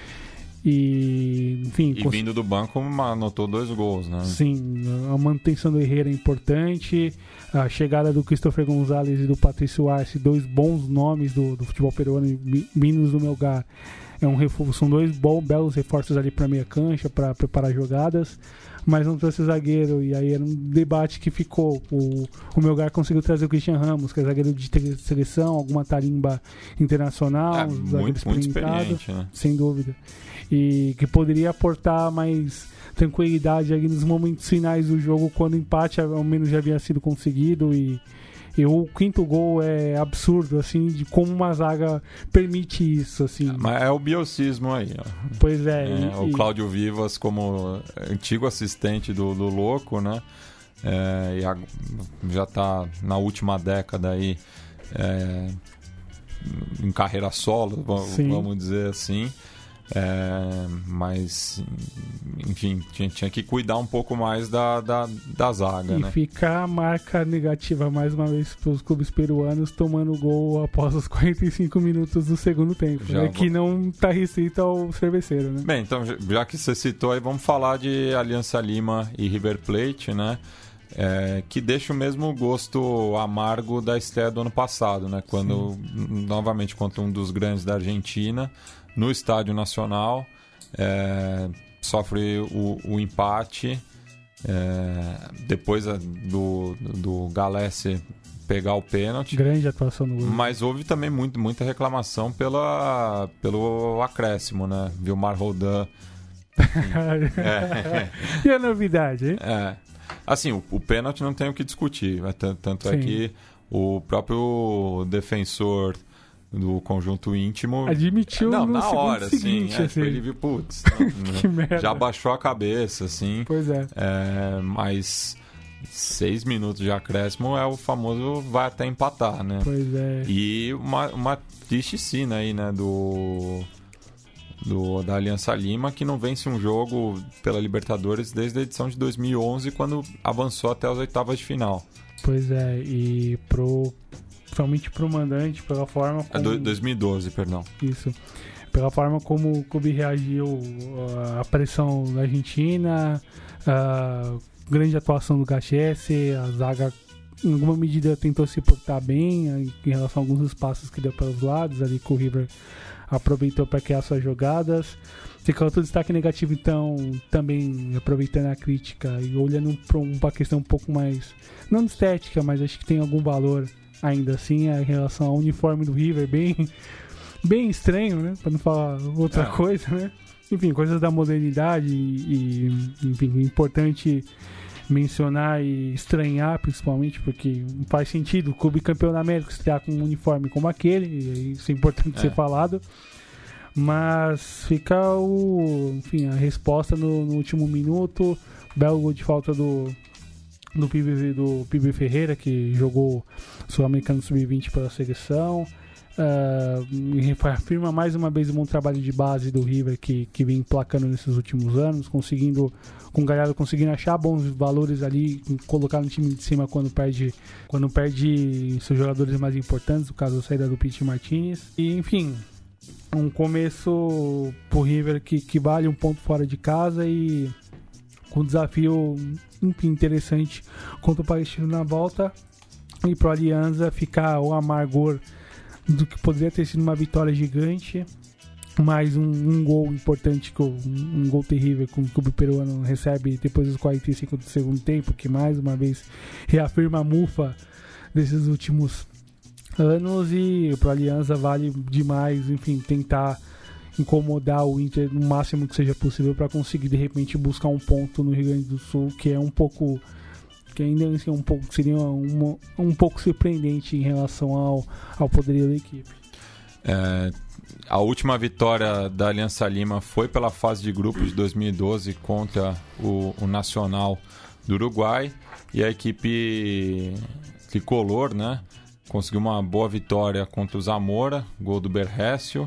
E, enfim, vindo do banco anotou 2 gols, né? Sim, a manutenção do Herrera é importante, a chegada do Christopher Gonzalez e do Patrício Arce, 2 bons nomes do futebol peruano vindos do Melgar. São 2 belos reforços ali para meia cancha, para preparar jogadas, mas não trouxe zagueiro, e aí era um debate que ficou. O Melgar conseguiu trazer o Christian Ramos, que é zagueiro de seleção, alguma tarimba internacional, muito experiente, né? Sem dúvida, e que poderia aportar mais tranquilidade ali nos momentos finais do jogo, quando o empate ao menos já havia sido conseguido, e o 5º gol é absurdo, assim, de como uma zaga permite isso, assim. Mas é o biocismo aí, ó. Pois é. O Cláudio Vivas, como antigo assistente do Louco, né? Já tá na última década aí em carreira solo, vamos dizer assim. Mas enfim, tinha que cuidar um pouco mais da zaga, e né? Fica a marca negativa mais uma vez para os clubes peruanos, tomando gol após os 45 minutos do segundo tempo, que não está restrito ao cerveceiro, né? Bem, então já que você citou aí, vamos falar de Aliança Lima e River Plate, né? Que deixa o mesmo gosto amargo da estreia do ano passado, né? Quando novamente contra um dos grandes da Argentina, no Estádio Nacional, sofre o empate, depois do Galesse pegar o pênalti. Grande atuação no gol. Mas houve também muita reclamação pelo acréscimo, né? Vilmar Roldan. E a novidade, hein? Assim, o pênalti não tem o que discutir, tanto é que o próprio defensor do conjunto íntimo admitiu na hora, seguinte, assim. Ele viu, putz, já baixou a cabeça, assim. Pois mas 6 minutos de acréscimo é o famoso vai até empatar, né? Pois é. E uma triste cena aí, né, da Aliança Lima, que não vence um jogo pela Libertadores desde a edição de 2011, quando avançou até as 8ª de final. Pois é, e principalmente pro mandante, pela forma como... 2012, perdão. Isso. Pela forma como o clube reagiu à pressão da Argentina, a grande atuação do Gachese, a zaga em alguma medida tentou se portar bem em relação a alguns espaços que deu pelos lados, ali que o River aproveitou para criar suas jogadas. Fica outro destaque negativo, então, também aproveitando a crítica e olhando para uma questão um pouco mais, não de estética, mas acho que tem algum valor ainda assim, em relação ao uniforme do River, bem estranho, né? Para não falar outra coisa, né? Enfim, coisas da modernidade e enfim, importante mencionar e estranhar, principalmente, porque não faz sentido o clube campeão da América estrear com um uniforme como aquele, e isso é importante ser falado. Mas fica a resposta no último minuto, belo gol de falta do PB Ferreira, que jogou Sul-Americano Sub-20 pela seleção. Afirma mais uma vez o bom trabalho de base do River que vem emplacando nesses últimos anos, conseguindo achar bons valores ali, colocar no time de cima quando perde seus jogadores mais importantes, no caso a saída do Pity Martinez. E enfim, um começo pro River que vale um ponto fora de casa e com um desafio interessante contra o Palestino na volta, e pro Alianza ficar o amargor do que poderia ter sido uma vitória gigante, mais um gol importante, um gol terrível que o clube peruano recebe depois dos 45 do segundo tempo, que mais uma vez reafirma a mufa desses últimos anos. E pro Alianza vale demais, enfim, tentar incomodar o Inter no máximo que seja possível para conseguir de repente buscar um ponto no Rio Grande do Sul, que é um pouco, que ainda assim, seria um pouco surpreendente em relação ao poderio da equipe. A última vitória da Aliança Lima foi pela fase de grupos de 2012 contra o Nacional do Uruguai, e a equipe tricolor, né, conseguiu uma boa vitória contra o Zamora, gol do Berrécio.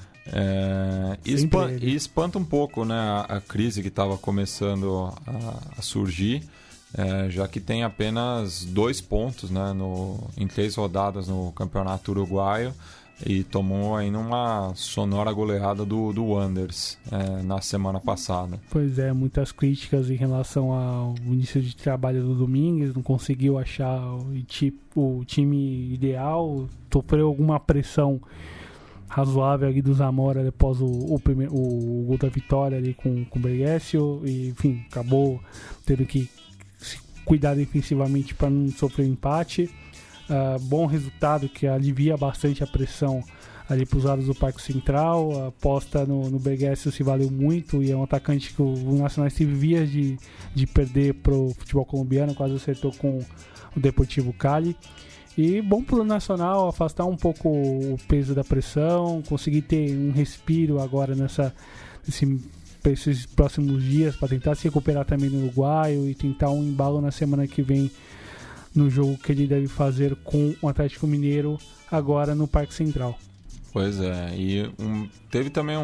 E espanta um pouco, né, a crise que estava começando a surgir, já que tem apenas 2 pontos, né, em 3 rodadas no Campeonato Uruguaio, e tomou ainda uma sonora goleada do Wanderers na semana passada. Pois é, muitas críticas em relação ao início de trabalho do Domingues, não conseguiu achar o time ideal, sofreu alguma pressão razoável ali do Zamora após o gol da vitória ali com o Berrécio, e enfim, acabou tendo que se cuidar defensivamente para não sofrer empate. Bom resultado que alivia bastante a pressão ali para os lados do Parque Central. A aposta no Berrécio se valeu muito, e é um atacante que o Nacional teve vias de perder para o futebol colombiano, quase acertou com o Deportivo Cali. E bom para o Nacional afastar um pouco o peso da pressão, conseguir ter um respiro agora esses próximos dias para tentar se recuperar também no Uruguai e tentar um embalo na semana que vem no jogo que ele deve fazer com o Atlético Mineiro agora no Parque Central. Pois é, e teve também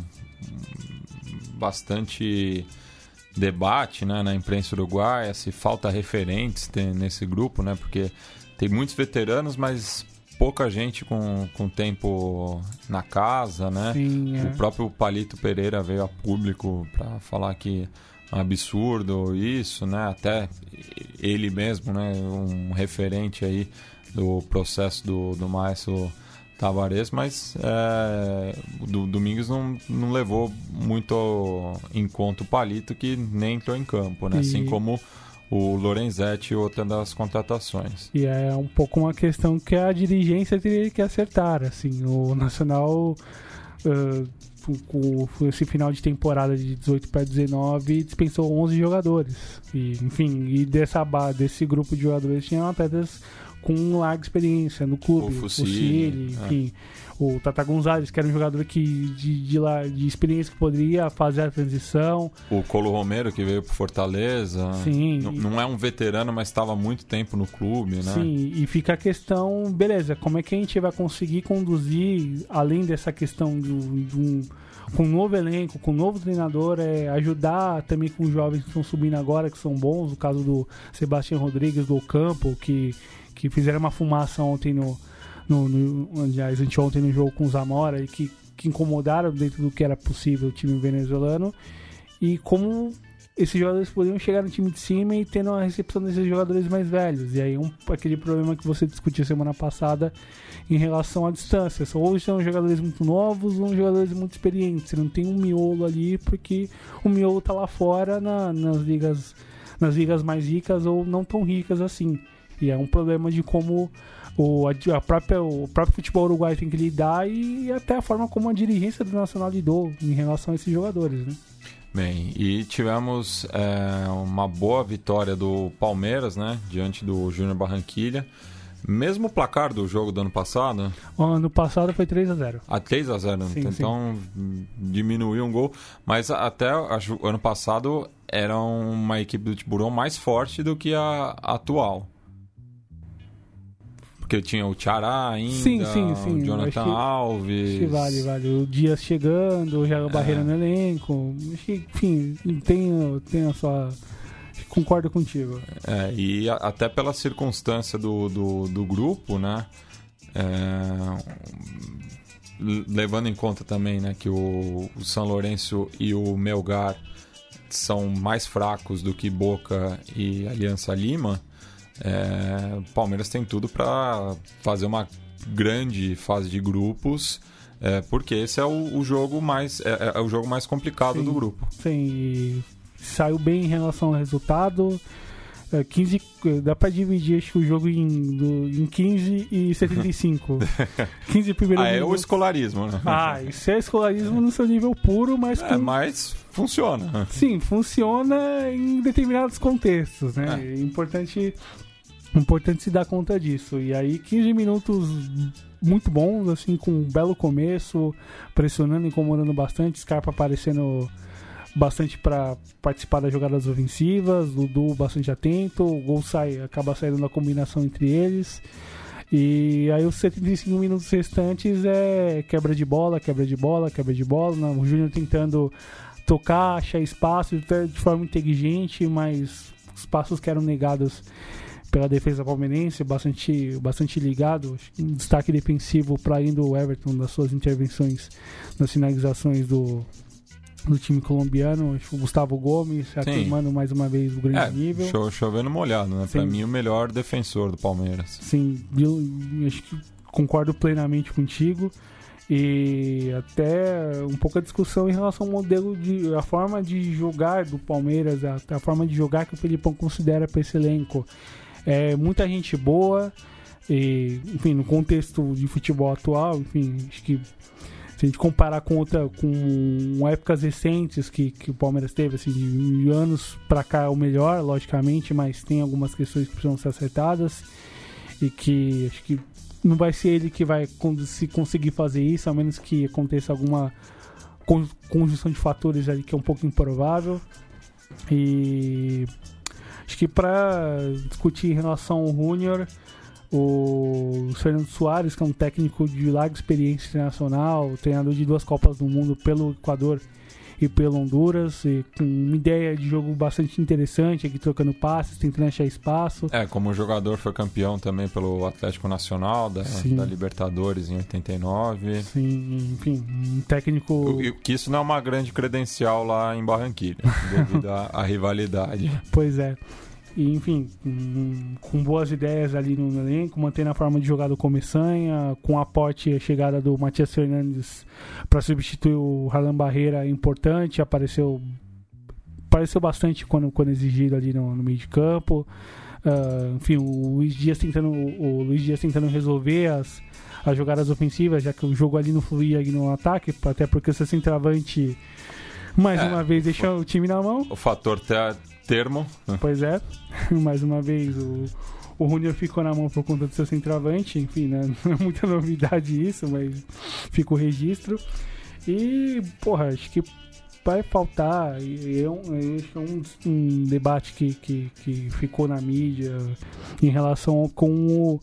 bastante debate, né, na imprensa uruguaia se falta referentes nesse grupo, né, porque tem muitos veteranos, mas pouca gente com tempo na casa, né? Sim, O próprio Palito Pereira veio a público para falar que é um absurdo isso, né? Até ele mesmo, né, um referente aí do processo do Maestro Tavares, mas o Domingues não levou muito em conta o Palito, que nem entrou em campo, né? Assim como o Lorenzetti, outra das contratações. E é um pouco uma questão que a dirigência teria que acertar. Assim, o Nacional, com esse final de temporada de 18 para 19, dispensou 11 jogadores. E, enfim, desse grupo de jogadores tinham atletas com larga experiência no clube. O Fusilli, enfim. O Tata Gonzalez, que era um jogador de experiência que poderia fazer a transição. O Colo Romero, que veio pro Fortaleza. Sim. Não é um veterano, mas estava há muito tempo no clube, né? Sim, e fica a questão, beleza, como é que a gente vai conseguir conduzir, além dessa questão com um novo elenco, com um novo treinador, ajudar também com os jovens que estão subindo agora, que são bons, o caso do Sebastião Rodrigues do Ocampo, que fizeram uma fumaça ontem aliás, anteontem no jogo com o Zamora, e que incomodaram dentro do que era possível o time venezuelano, e como esses jogadores poderiam chegar no time de cima e tendo a recepção desses jogadores mais velhos. E aí aquele problema que você discutiu semana passada em relação à distância, ou são jogadores muito novos ou jogadores muito experientes. Você não tem um miolo ali, porque o miolo tá lá fora nas ligas mais ricas ou não tão ricas assim. E é um problema de como o próprio futebol uruguaio tem que lidar, e até a forma como a dirigência do Nacional lidou em relação a esses jogadores, né? Bem, e tivemos uma boa vitória do Palmeiras, né, diante do Júnior Barranquilla. Mesmo placar do jogo do ano passado? O ano passado foi 3-0. 3-0, sim, então sim. Diminuiu um gol. Mas até o ano passado era uma equipe do Tiburão mais forte do que a atual. Porque tinha o Tchará ainda, sim. o Jonathan Alves. Acho que vale. O Dias chegando, já o Barreira no elenco. Acho que, enfim, tem a sua... Concordo contigo. E até pela circunstância do grupo, né? Levando em conta também, né, que o São Lourenço e o Melgar são mais fracos do que Boca e Aliança Lima. O Palmeiras tem tudo para fazer uma grande fase de grupos, porque esse é o jogo mais complicado do grupo. Sim, e saiu bem em relação ao resultado. 15, dá para dividir acho que o jogo em 15 e 75. 15 primeiro é o escolarismo, né? Isso é escolarismo no seu nível puro, mas mas funciona. Sim, funciona em determinados contextos, né? É importante importante se dar conta disso. E aí 15 minutos muito bons, assim, com um belo começo, pressionando, incomodando bastante, Scarpa aparecendo bastante para participar das jogadas ofensivas, Dudu bastante atento, o gol acaba saindo da combinação entre eles. E aí os 75 minutos restantes é quebra de bola, né? O Júnior tentando tocar, achar espaço de forma inteligente, mas os passos que eram negados pela defesa palmeirense, bastante ligado. Um destaque defensivo para além do Everton, das suas intervenções nas finalizações do time colombiano. Acho que o Gustavo Gomes afirmando mais uma vez o grande nível. Chovendo molhado, né? Para mim, o melhor defensor do Palmeiras. Sim, eu acho que concordo plenamente contigo. E até um pouco a discussão em relação ao modelo a forma de jogar do Palmeiras, a forma de jogar que o Felipão considera para esse elenco. Muita gente boa, e, enfim, no contexto de futebol atual, enfim, acho que se a gente comparar com épocas recentes que o Palmeiras teve, assim, de anos pra cá, o melhor, logicamente, mas tem algumas questões que precisam ser acertadas e que acho que não vai ser ele que vai conseguir fazer isso, a menos que aconteça alguma conjunção de fatores ali que é um pouco improvável. E acho que para discutir em relação ao Júnior, o Fernando Soares, que é um técnico de larga experiência internacional, treinador de 2 Copas do Mundo pelo Equador e pelo Honduras, e com uma ideia de jogo bastante interessante, aqui trocando passes, tentando achar espaço. Como jogador foi campeão também pelo Atlético Nacional da Libertadores em 89. Sim, enfim, um técnico... Que isso não é uma grande credencial lá em Barranquilla, devido à rivalidade. Pois é. E, enfim, com boas ideias ali no elenco, mantendo a forma de jogar do Começanha, com a aporte e a chegada do Matias Fernandes para substituir o Harlan Barreira importante, apareceu bastante quando exigido ali no meio de campo. Enfim, o Luiz Dias tentando resolver as jogadas ofensivas, já que o jogo ali não fluía ali no ataque, até porque o seu centroavante mais uma vez deixou o time na mão. O fator termo. Pois é, mais uma vez o Júnior ficou na mão por conta do seu centroavante, enfim, né? Não é muita novidade isso, mas fica o registro. E, acho que vai faltar, um debate que ficou na mídia em relação a como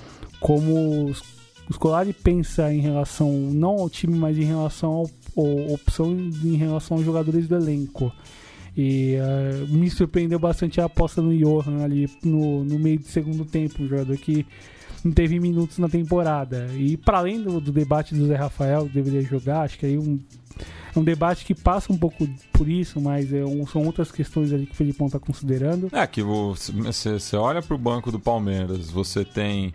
o Scolari pensa em relação, não ao time, mas em relação à opção em relação aos jogadores do elenco. E me surpreendeu bastante a aposta no Johan ali no meio do segundo tempo, um jogador que não teve minutos na temporada. E para além do debate do Zé Rafael, que deveria jogar, acho que aí é um debate que passa um pouco por isso, mas são outras questões ali que o Felipão está considerando. Que você olha para o banco do Palmeiras, você tem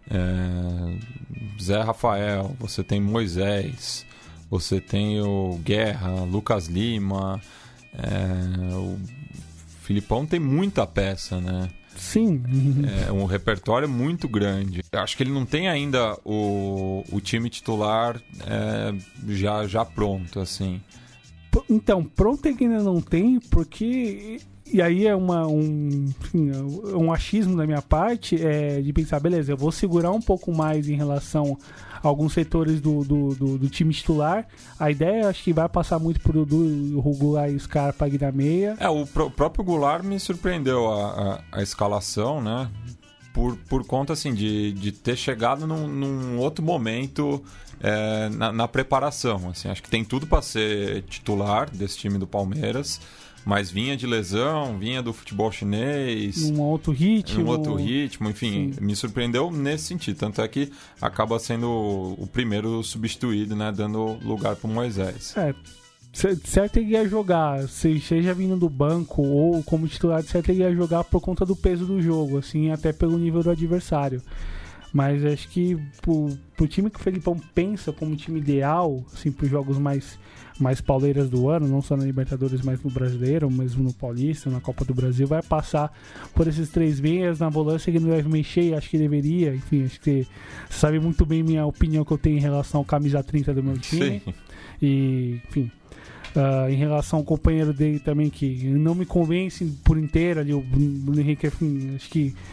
Zé Rafael, você tem Moisés, você tem o Guerra, Lucas Lima... o Filipão tem muita peça, né? Sim. Um repertório muito grande. Eu acho que ele não tem ainda o time titular já pronto, assim. Então, pronto ele ainda não tem, porque... E aí é um achismo da minha parte de pensar, beleza, eu vou segurar um pouco mais em relação a alguns setores do time titular. A ideia, acho que vai passar muito por Dudu, o Goulart e o Scarpa aqui na meia. O próprio Goulart me surpreendeu a escalação, né? Por conta, assim, de ter chegado num outro momento na preparação. Assim, acho que tem tudo para ser titular desse time do Palmeiras. Mas vinha de lesão, vinha do futebol chinês. Num outro ritmo, enfim, me surpreendeu nesse sentido. Tanto é que acaba sendo o primeiro substituído, né? Dando lugar para o Moisés. Certo ele ia jogar, seja vindo do banco ou como titular, certo ele ia jogar por conta do peso do jogo, assim, até pelo nível do adversário. Mas acho que pro time que o Felipão pensa como time ideal, assim, pros jogos mais pauleiras do ano, não só na Libertadores, mas no Brasileiro, mesmo no Paulista, na Copa do Brasil, vai passar por esses 3 meias. Na volância ele não deve mexer, acho que deveria, enfim, acho que você sabe muito bem minha opinião que eu tenho em relação ao camisa 30 do meu time. Sim. E, enfim, em relação ao companheiro dele também, que não me convence por inteiro ali, o Bruno Henrique, enfim, acho que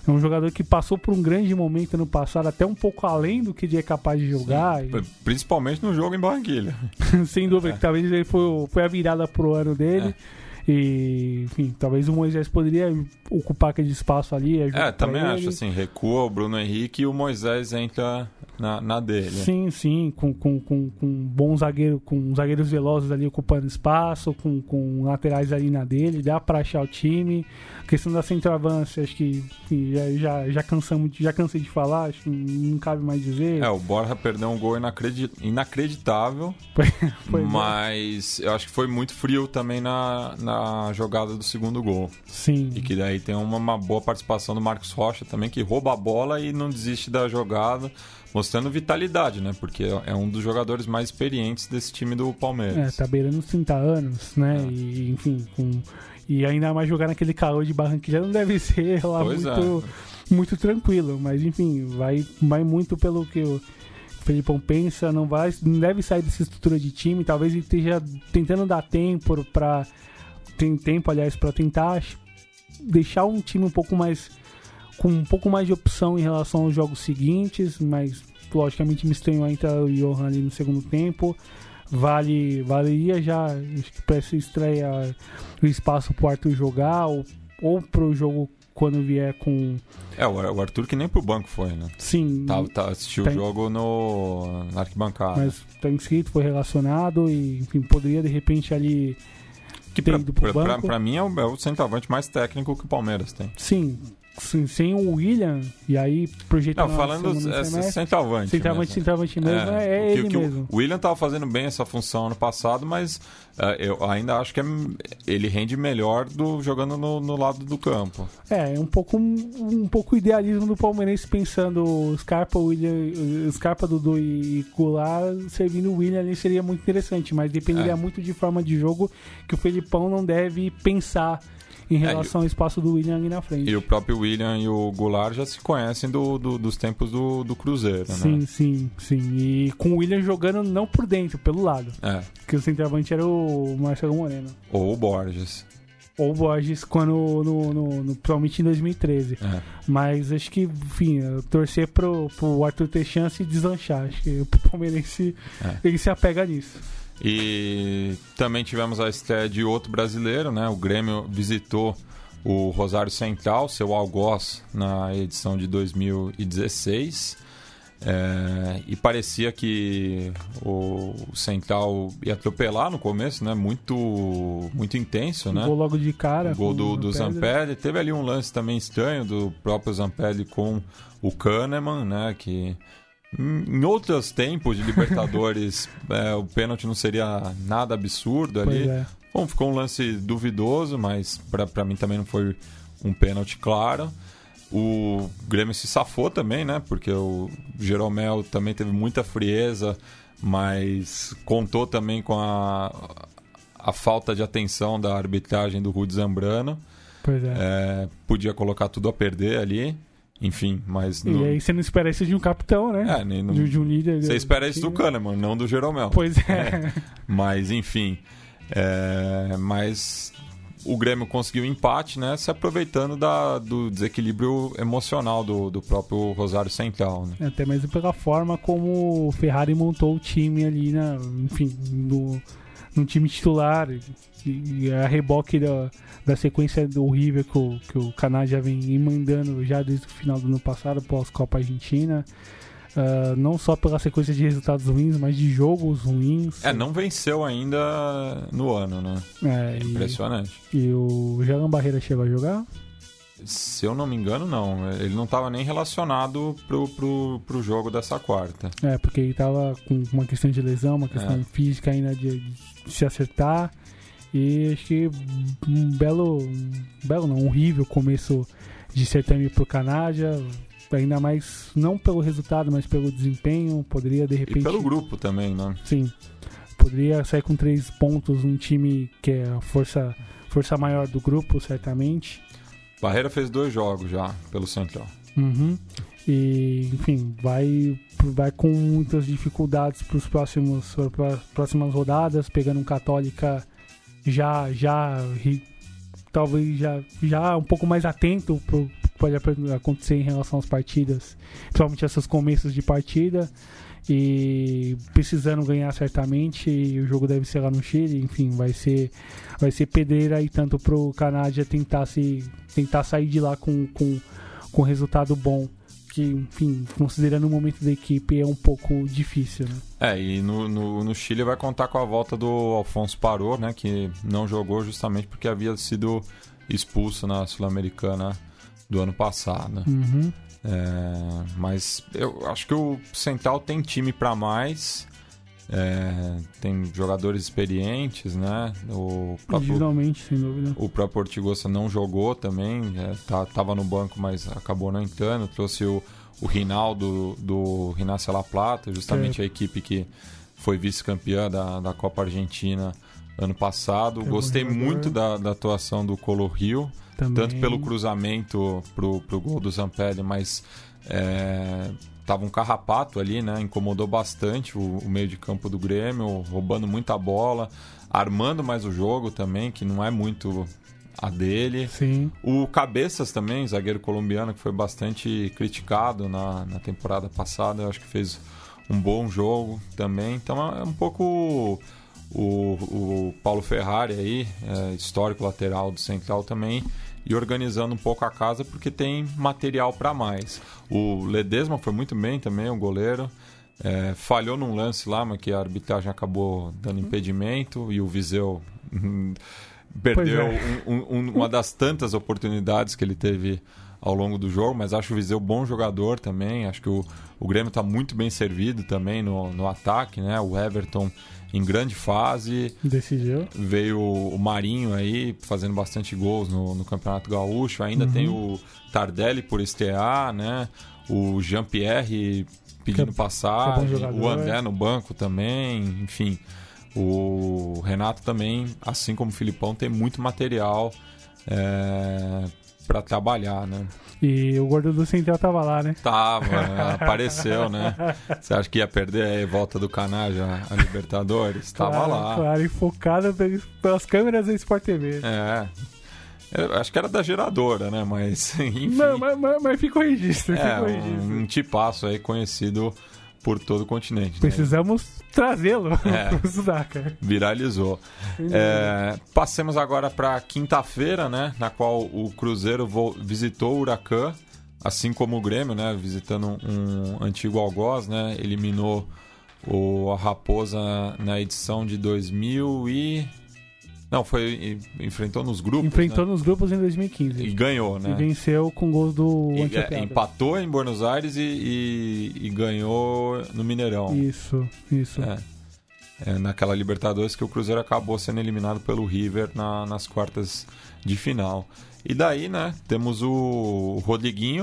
É um jogador que passou por um grande momento no passado, até um pouco além do que ele é capaz de jogar. E... Principalmente no jogo em Barranquilha. Sem dúvida, que talvez ele foi a virada pro ano dele. E, enfim, talvez o Moisés poderia ocupar aquele espaço ali. Também acho assim, recua o Bruno Henrique e o Moisés entra na dele. Sim, com bons zagueiros, com zagueiros velozes ali ocupando espaço, com laterais ali na dele, dá pra achar o time. A questão da centroavância, acho que já cansei de falar, acho que não cabe mais dizer. O Borja perdeu um gol inacreditável, mas eu acho que foi muito frio também na jogada do segundo gol. Sim. E que daí tem uma boa participação do Marcos Rocha também, que rouba a bola e não desiste da jogada, mostrando vitalidade, né? Porque é um dos jogadores mais experientes desse time do Palmeiras. Tá beirando os 30 anos, né? E, enfim, e ainda mais jogar naquele calor de Barranquilla não deve ser lá muito tranquilo. Mas, enfim, vai muito pelo que o Felipão pensa, não deve sair dessa estrutura de time. Talvez ele esteja tentando dar tempo para tentar deixar um time com um pouco mais de opção em relação aos jogos seguintes, mas logicamente me estranhou entrar o Johan ali no segundo tempo. Valeria já, acho que para essa estreia, o espaço pro Arthur jogar ou pro jogo quando vier com... o Arthur que nem pro banco foi, né? Sim. Assistiu o jogo na arquibancada. Mas tá inscrito, foi relacionado e, enfim, poderia de repente ali... Que pra mim é o centroavante mais técnico que o Palmeiras tem. Sim, sem o William, e aí projetando... Não, falando centroavante mesmo, é ele mesmo. O William tava fazendo bem essa função ano passado, mas eu ainda acho que ele rende melhor jogando no lado do campo. É um pouco idealismo do palmeirense, pensando Scarpa, Dudu e Goulart servindo o William ali seria muito interessante, mas dependeria muito de forma de jogo que o Felipão não deve pensar em relação ao espaço do William ali na frente. E o próprio William e o Goulart já se conhecem dos tempos do Cruzeiro, né? Sim. E com o William jogando não por dentro, pelo lado. Porque o centroavante era o Marcelo Moreno. Ou o Borges. Provavelmente em 2013. Mas acho que, enfim, torcer pro Arthur ter chance de deslanchar. Acho que o palmeirense ele se apega nisso. E também tivemos a estreia de outro brasileiro, né? O Grêmio visitou o Rosário Central, seu algoz, na edição de 2016. E parecia que o Central ia atropelar no começo, né? Muito intenso, né? Gol logo de cara. O gol do Zampelli. Teve ali um lance também estranho do próprio Zampelli com o Kahneman, né? Que... Em outros tempos de Libertadores, o pênalti não seria nada absurdo ali. Bom, ficou um lance duvidoso, mas pra mim também não foi um pênalti claro. O Grêmio se safou também, né? Porque o Jeromel também teve muita frieza, mas contou também com a falta de atenção da arbitragem do Rudy Zambrano. Podia colocar tudo a perder ali. Enfim, mas... E aí você não espera isso de um capitão, né? De um líder. Você espera isso do Kahneman, não do Jeromel. Pois é. Mas, enfim... Mas o Grêmio conseguiu um empate, né? Se aproveitando do desequilíbrio emocional do próprio Rosário Central, né? Até mesmo pela forma como o Ferrari montou o time ali, no time titular, e a reboque da sequência horrível que o Caná já vem mandando já desde o final do ano passado, pós-Copa Argentina. Não só pela sequência de resultados ruins, mas de jogos ruins. Não venceu ainda no ano, né? Impressionante. E o Jean Barreira chegou a jogar? Se eu não me engano, não. Ele não estava nem relacionado pro jogo dessa quarta. Porque ele estava com uma questão de lesão, uma questão física ainda de se acertar. E acho que um horrível começo de certame pro Canadá. Ainda mais, não pelo resultado, mas pelo desempenho. Poderia, de repente... E pelo grupo também, né? Sim. Poderia sair com 3 pontos, um time que é a força maior do grupo, certamente. Barreira fez 2 jogos já pelo Central. E, enfim, vai com muitas dificuldades para as próximas rodadas, pegando um Católica talvez já um pouco mais atento pode acontecer em relação às partidas, principalmente esses começos de partida, e precisando ganhar certamente, e o jogo deve ser lá no Chile, enfim, vai ser pedreira aí tanto pro Canadá tentar sair de lá com resultado bom, que, enfim, considerando o momento da equipe, é um pouco difícil, né? E no Chile vai contar com a volta do Alfonso Parot, né, que não jogou justamente porque havia sido expulso na Sul-Americana do ano passado. Uhum. Mas eu acho que o Central tem time para mais, tem jogadores experientes, né? Originalmente, sem dúvida. O próprio Ortigosa não jogou também, tava no banco, mas acabou não entrando. Trouxe o Rinaldo do Rinácia La Plata, justamente a equipe que foi vice-campeã da Copa Argentina ano passado. Gostei muito da atuação do Colo Rio, tanto pelo cruzamento pro gol do Zampelli, mas tava um carrapato ali, né? Incomodou bastante o meio de campo do Grêmio, roubando muita bola, armando mais o jogo também, que não é muito a dele. Sim. O Cabeças também, zagueiro colombiano, que foi bastante criticado na temporada passada, eu acho que fez um bom jogo também. Então é um pouco o Paulo Ferrari aí, histórico lateral do Central também, e organizando um pouco a casa porque tem material para mais. O Ledesma foi muito bem também, o goleiro. Falhou num lance lá, mas que a arbitragem acabou dando impedimento, e o Viseu perdeu uma das tantas oportunidades que ele teve ao longo do jogo, mas acho o Viseu bom jogador também. Acho que o Grêmio está muito bem servido também no ataque, né? O Everton em grande fase. Decidiu. Veio o Marinho aí fazendo bastante gols no Campeonato Gaúcho. Ainda tem o Tardelli por estrear, né? O Jean-Pierre pedindo passagem, o André no banco também, enfim. O Renato também, assim como o Filipão, tem muito material para trabalhar, né? E o gordo do Central tava lá, né? Tava, apareceu, né? Você acha que ia perder a volta do Canalha a Libertadores? Tava lá. Claro, e focado pelas câmeras da Sport TV. Eu acho que era da geradora, né? Mas, enfim. Não, mas ficou registro. Um tipaço aí conhecido por todo o continente. Precisamos trazê-lo para estudar, cara. Viralizou. Passemos agora para quinta-feira, né? Na qual o Cruzeiro visitou o Huracan, assim como o Grêmio, né? Visitando um antigo algoz, né? Eliminou a Raposa na edição de 2000 e... Não, enfrentou nos grupos. Enfrentou, né? Nos grupos em 2015. E ganhou, né? E venceu com gols do Antioquia. Empatou em Buenos Aires e ganhou no Mineirão. Isso. Naquela Libertadores que o Cruzeiro acabou sendo eliminado pelo River nas quartas de final. E daí, né, temos o Rodriguinho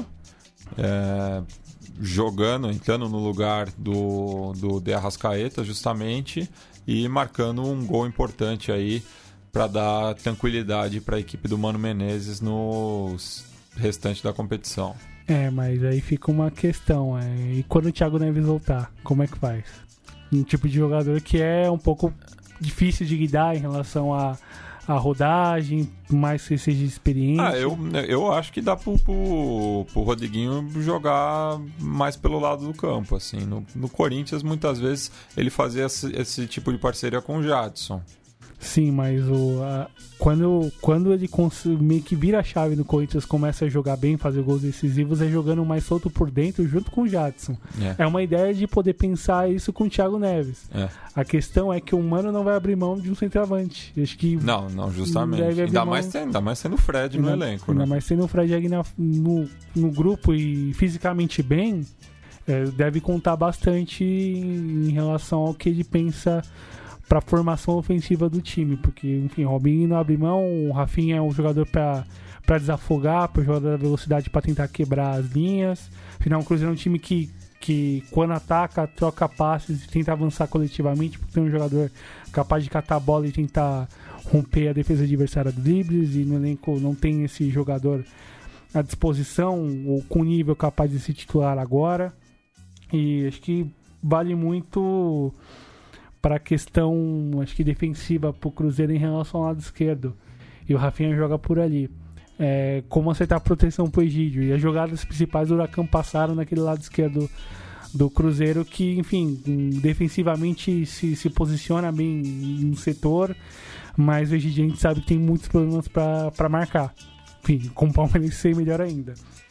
entrando no lugar do De Arrascaeta, justamente, e marcando um gol importante aí para dar tranquilidade para a equipe do Mano Menezes no restante da competição. Mas aí fica uma questão, e quando o Thiago Neves voltar, como é que faz? Um tipo de jogador que é um pouco difícil de lidar em relação à rodagem, mais que seja experiente. Eu acho que dá pro Rodriguinho jogar mais pelo lado do campo, assim. No Corinthians, muitas vezes, ele fazia esse tipo de parceria com o Jadson. Sim, mas quando ele meio que vira a chave no Corinthians, começa a jogar bem, fazer gols decisivos, é jogando mais solto por dentro junto com o Jadson. É uma ideia de poder pensar isso com o Thiago Neves. A questão é que o Mano não vai abrir mão de um centroavante. Acho que não, justamente. Ainda mais sendo o Fred no elenco. Ainda mais sendo o Fred ali no grupo e fisicamente bem, deve contar bastante em relação ao que ele pensa para a formação ofensiva do time, porque, enfim, o Robinho não abre mão, o Rafinha é um jogador para desafogar, para jogar da velocidade, para tentar quebrar as linhas. Afinal, o Cruzeiro é um time que quando ataca, troca passes e tenta avançar coletivamente, porque tem um jogador capaz de catar a bola e tentar romper a defesa adversária do dribles, e no elenco não tem esse jogador à disposição ou com nível capaz de se titular agora. E acho que vale muito para a questão, acho que defensiva, para o Cruzeiro em relação ao lado esquerdo. E o Rafinha joga por ali. como acertar a proteção pro Egídio. E as jogadas principais do Huracan passaram naquele lado esquerdo do Cruzeiro, que, enfim, defensivamente se posiciona bem no setor, mas o Egídio a gente sabe que tem muitos problemas para marcar. Enfim, com o Palmeiras sei melhor ainda.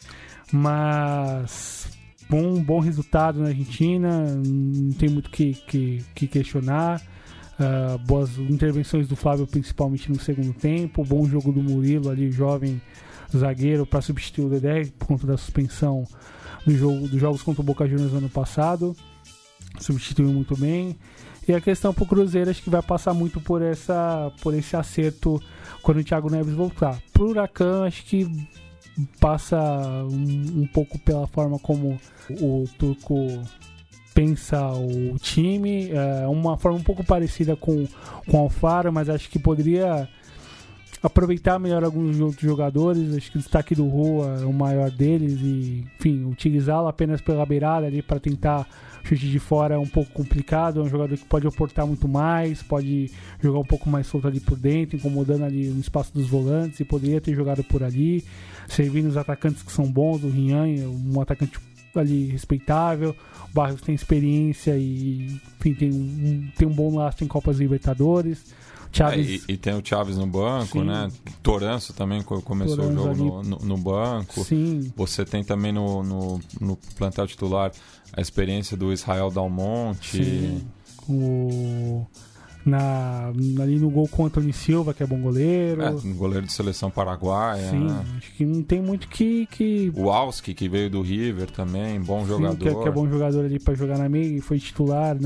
Mas bom resultado na Argentina, não tem muito que questionar. Boas intervenções do Flávio, principalmente no segundo tempo. Bom jogo do Murilo ali, jovem zagueiro, para substituir o Dedé por conta da suspensão dos jogos contra o Boca Juniors no ano passado. Substituiu muito bem. E a questão pro Cruzeiro, acho que vai passar muito por esse acerto quando o Thiago Neves voltar. Pro Huracan, acho que passa um pouco pela forma como o Turco pensa o time. É uma forma um pouco parecida com o Alfaro, mas acho que poderia aproveitar melhor alguns outros jogadores. Acho que o destaque do Rua é o maior deles e, enfim, utilizá-lo apenas pela beirada ali para tentar chute de fora é um pouco complicado. É um jogador que pode aportar muito mais, pode jogar um pouco mais solto ali por dentro, incomodando ali no espaço dos volantes, e poderia ter jogado por ali, servindo os atacantes que são bons. O Rian é um atacante ali respeitável, o Barrios tem experiência e, enfim, tem um bom lastro em Copas Libertadores. Chaves... E tem o Chaves no banco, sim, né? Toranço também começou Toranço o jogo no banco. Sim. Você tem também no plantel titular a experiência do Israel Dalmonte. Sim. Ali no gol com o Antônio Silva, que é bom goleiro. Goleiro de seleção paraguaia. Sim, né? Acho que não tem muito que... O Alski, que veio do River também, bom jogador. Sim, que é bom jogador ali para jogar na meia, e foi titular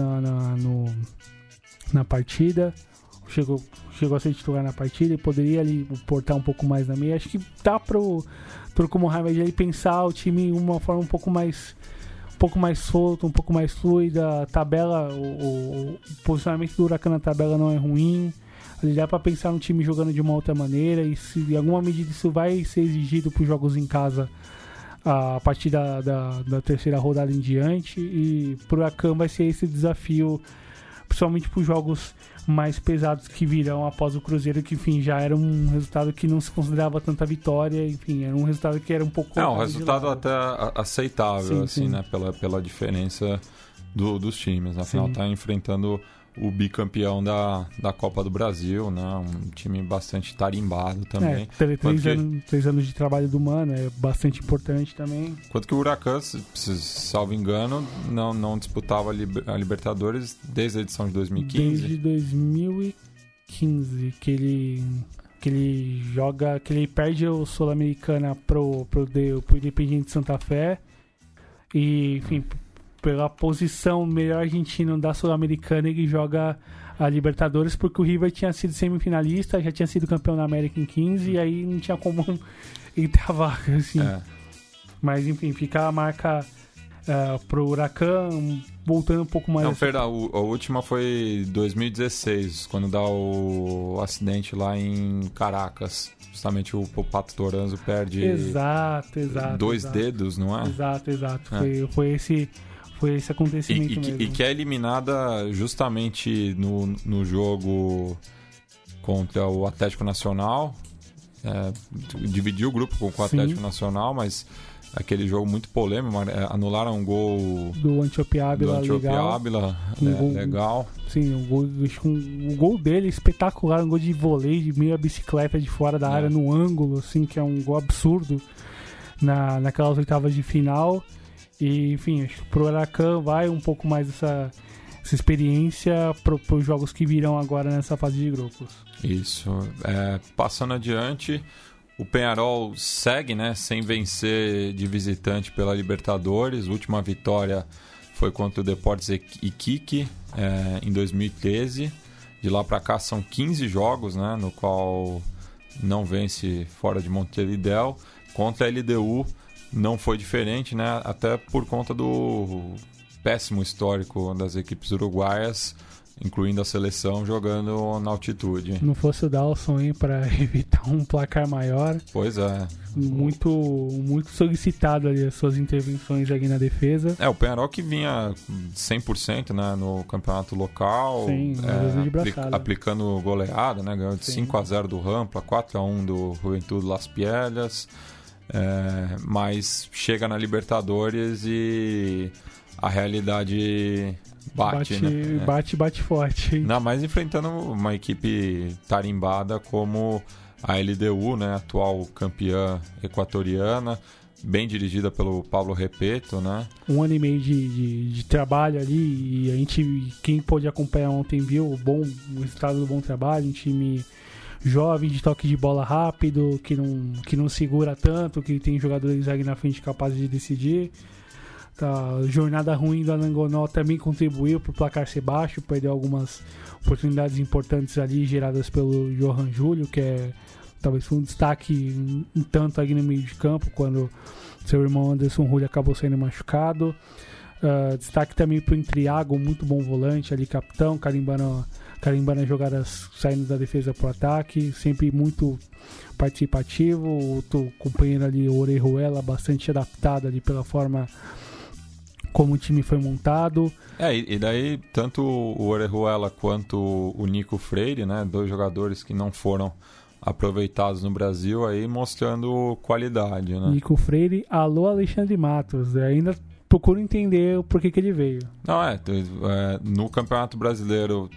na partida. Chegou a ser titular na partida e poderia ali portar um pouco mais na meia. Acho que dá pro Turco Mohamed ali pensar o time de uma forma um pouco mais solto, um pouco mais fluida. A tabela, o posicionamento do Huracan na tabela não é ruim. Ali dá para pensar no time jogando de uma outra maneira, e se em alguma medida isso vai ser exigido para os jogos em casa a partir da terceira rodada em diante. E pro Huracan vai ser esse desafio, principalmente para os jogos mais pesados que virão após o Cruzeiro, que, enfim, já era um resultado que não se considerava tanta vitória. Enfim, era um resultado que era um pouco... um resultado até aceitável, sim, assim, sim, né? Pela diferença dos times. Afinal, tá enfrentando o bicampeão da Copa do Brasil, né? Um time bastante tarimbado também. Três anos de trabalho do Mano é bastante importante também. Quanto que o Huracan, salvo engano, não disputava a Libertadores desde a edição de 2015. Desde 2015, que ele perde o Sul-Americana pro Independiente Santa Fé. E, enfim, pela posição melhor argentino da Sul-Americana, ele joga a Libertadores, porque o River tinha sido semifinalista, já tinha sido campeão da América em 15, e aí não tinha como ele ter a vaga, assim. Mas, enfim, fica a marca pro Huracan, voltando um pouco mais... Não, perdão, a última foi 2016, quando dá o acidente lá em Caracas. Justamente o Pato Toranzo perde... Exato. Dois dedos, não é? Exato. Foi esse acontecimento mesmo. E que é eliminada justamente no jogo contra o Atlético Nacional. Dividiu o grupo com o Atlético Nacional, mas aquele jogo muito polêmico. Anularam um gol do Antiope Ávila, legal. Sim, um gol dele espetacular, um gol de vôlei, de meia bicicleta de fora da área, no ângulo, assim, que é um gol absurdo naquelas oitavas de final. E, enfim, acho que pro Huracan vai um pouco mais essa experiência pros jogos que virão agora nessa fase de grupos. Isso. Passando adiante, o Peñarol segue, né, sem vencer de visitante pela Libertadores. A última vitória foi contra o Deportes Iquique em 2013. De lá para cá são 15 jogos, né, no qual não vence fora de Montevideo. Contra a LDU não foi diferente, né? Até por conta do péssimo histórico das equipes uruguaias. incluindo a seleção, jogando na altitude. Não fosse o Dawson, hein, para evitar um placar maior. Pois é. Muito solicitado ali as suas intervenções aqui na defesa. O Penharol que vinha 100%, né, no campeonato local. Sim, aplicando goleada, né, ganhou de 5-0 do Rampla, 4-1 do Juventude Las Piedras. Mas chega na Libertadores e a realidade bate forte. Ainda mais enfrentando uma equipe tarimbada como a LDU, né, atual campeã equatoriana, bem dirigida pelo Pablo Repeto, né? 1 ano e meio de trabalho ali, e a gente, quem pôde acompanhar ontem viu o resultado do bom trabalho, um time jovem, de toque de bola rápido, que não segura tanto, que tem jogadores ali na frente capazes de decidir. A jornada ruim do Anangonó também contribuiu para o placar ser baixo, perdeu algumas oportunidades importantes ali geradas pelo Johan Júlio, que talvez foi um destaque um tanto ali no meio de campo, quando seu irmão Anderson Júlio acabou saindo machucado. Destaque também para o Intriago, muito bom volante ali, capitão, carimbando as jogadas saindo da defesa para o ataque, sempre muito participativo. O outro companheiro ali, o Orejuela, bastante adaptado ali pela forma como o time foi montado. E daí tanto o Orejuela quanto o Nico Freire, né, 2 jogadores que não foram aproveitados no Brasil, aí mostrando qualidade, né? Nico Freire, alô Alexandre Matos, ainda procuro entender o porquê que ele veio. Não, no Campeonato Brasileiro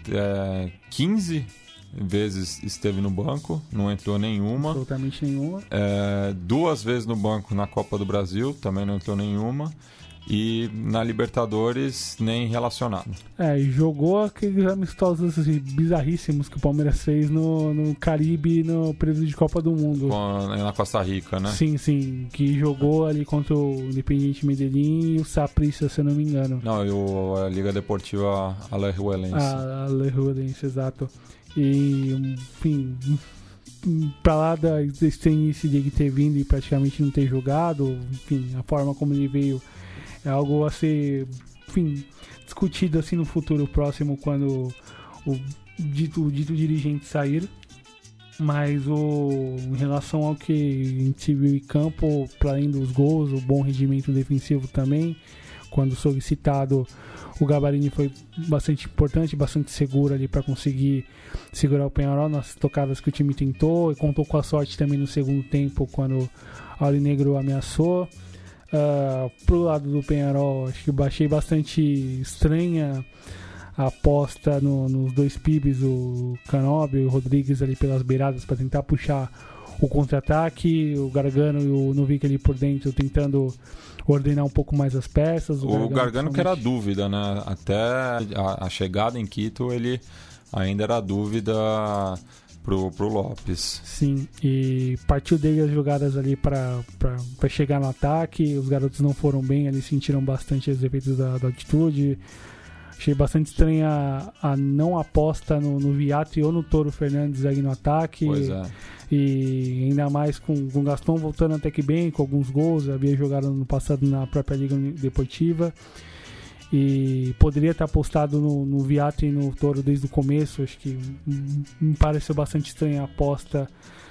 15 vezes esteve no banco, não entrou nenhuma. Absolutamente nenhuma. 2 vezes no banco na Copa do Brasil, também não entrou nenhuma. E na Libertadores nem relacionado. Jogou aqueles amistosos bizarríssimos que o Palmeiras fez no Caribe no período de Copa do Mundo. Na Costa Rica, né? Sim, que jogou ali contra o Independiente Medellín e o Saprissa, se eu não me engano. Não, e a Liga Deportiva Alajuelense. Alajuelense, exato. E, enfim, pra lá desse início de ele ter vindo e praticamente não ter jogado, enfim, a forma como ele veio é algo a ser, enfim, discutido assim no futuro próximo, quando o dito dirigente sair. Mas em relação ao que a gente viu em campo, para além dos gols, o bom rendimento defensivo também, quando solicitado, o Gabarini foi bastante importante, bastante seguro ali para conseguir segurar o Penharol nas tocadas que o time tentou, e contou com a sorte também no segundo tempo, quando o Aurinegro ameaçou. Pro lado do Penharol, acho que eu achei bastante estranha a aposta nos 2 pibes, o Canóbio e o Rodrigues ali pelas beiradas, para tentar puxar o contra-ataque, o Gargano e o Novik ali por dentro tentando ordenar um pouco mais as peças. O Gargano que era dúvida, né? Até a chegada em Quito ele ainda era dúvida pro Lopes. Sim, e partiu dele as jogadas ali para chegar no ataque. Os garotos não foram bem, eles sentiram bastante os efeitos da altitude. Achei bastante estranha a não aposta no Viatri ou no Toro Fernandes aí no ataque. Pois é. E ainda mais com o Gaston voltando até que bem, com alguns gols, havia jogado no passado na própria Liga Deportiva. E poderia ter apostado no Viatri e no Toro desde o começo. Acho que me pareceu bastante estranha a aposta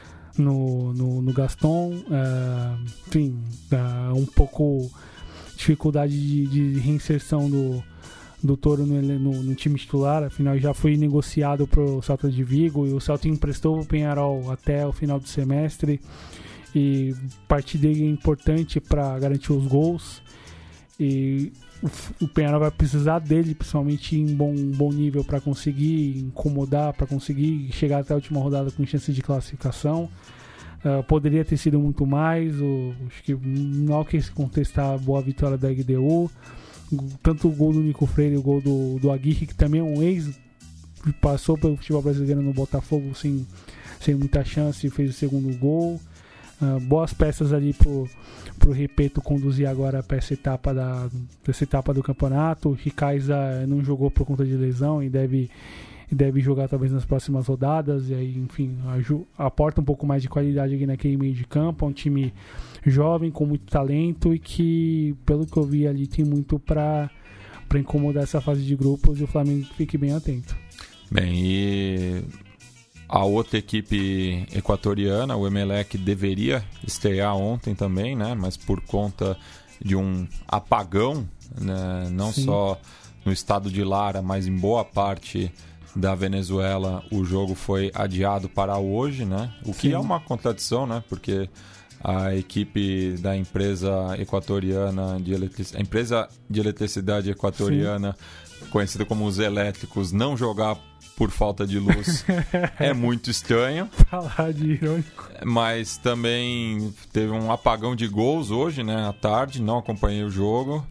no Gaston. Enfim, um pouco dificuldade de reinserção do Toro no time titular. Afinal, já foi negociado para o Celta de Vigo e o Celta emprestou o Penharol até o final do semestre, e parte dele é importante para garantir os gols, e o Penharol vai precisar dele, principalmente em bom nível, para conseguir incomodar, para conseguir chegar até a última rodada com chance de classificação. Poderia ter sido muito mais. Acho que não há o que se contestar a boa vitória da LDU. Tanto o gol do Nico Freire e o gol do Aguirre, que também é um ex, passou pelo futebol brasileiro no Botafogo sem muita chance e fez o segundo gol. Boas peças ali pro Repeto conduzir agora para essa etapa do campeonato. O Ricaiza não jogou por conta de lesão e deve jogar talvez nas próximas rodadas, e aí, enfim, aporta um pouco mais de qualidade aqui naquele meio de campo. É um time jovem, com muito talento, e que, pelo que eu vi ali, tem muito para para incomodar essa fase de grupos, e o Flamengo fique bem atento. Bem, e a outra equipe equatoriana, o Emelec, deveria estrear ontem também, né? Mas por conta de um apagão, né? Não Sim. só no estado de Lara, mas em boa parte da Venezuela, o jogo foi adiado para hoje, né? O que Sim. é uma contradição, né? Porque a equipe da empresa equatoriana a empresa de eletricidade equatoriana, conhecida como os elétricos, não jogar por falta de luz é muito estranho. Falar de irônico. Mas também teve um apagão de gols hoje, né, à tarde, não acompanhei o jogo,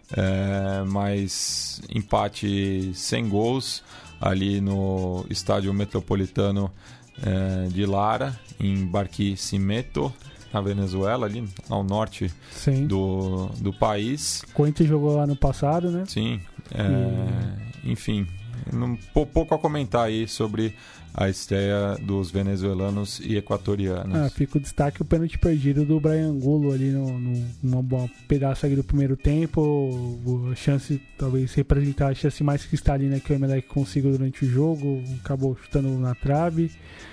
mas empate sem gols ali no estádio metropolitano de Lara, em Barquisimeto, na Venezuela, ali ao norte Sim. do país. Corinthians jogou lá no passado, né? Sim, enfim, pouco a comentar aí sobre a estreia dos venezuelanos e equatorianos. Fica o destaque o pênalti perdido do Brian Angulo ali num pedaço ali do primeiro tempo. A chance, talvez representar a chance mais cristalina que o Emelec conseguiu durante o jogo, acabou chutando na trave.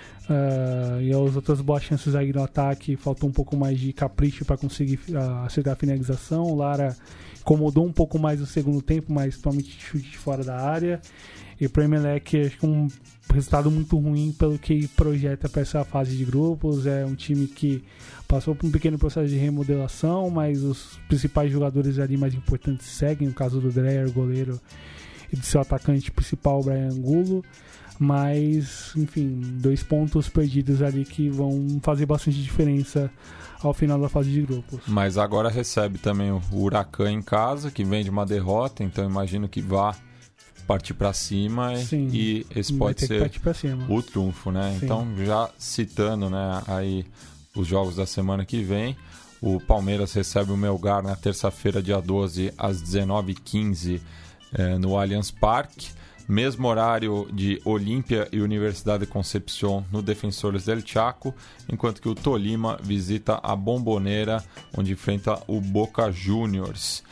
E as outras boas chances aí no ataque, faltou um pouco mais de capricho para conseguir acertar a finalização. O Lara incomodou um pouco mais no segundo tempo, mas principalmente chute de fora da área. E para o Emelec, acho que um resultado muito ruim pelo que projeta para essa fase de grupos. É um time que passou por um pequeno processo de remodelação, mas os principais jogadores ali mais importantes seguem, no caso do Dreyer, goleiro, e do seu atacante principal, o Brian Angulo. Mas, enfim, 2 pontos perdidos ali que vão fazer bastante diferença ao final da fase de grupos. Mas agora recebe também o Huracan em casa, que vem de uma derrota, então imagino que vá partir para cima. Sim, e esse pode ser o triunfo, né? Sim. Então, já citando, né, aí os jogos da semana que vem, o Palmeiras recebe o Melgar na terça-feira, dia 12, às 19h15, no Allianz Parque. Mesmo horário de Olímpia e Universidade de Concepción no Defensores del Chaco, enquanto que o Tolima visita a Bombonera, onde enfrenta o Boca Juniors.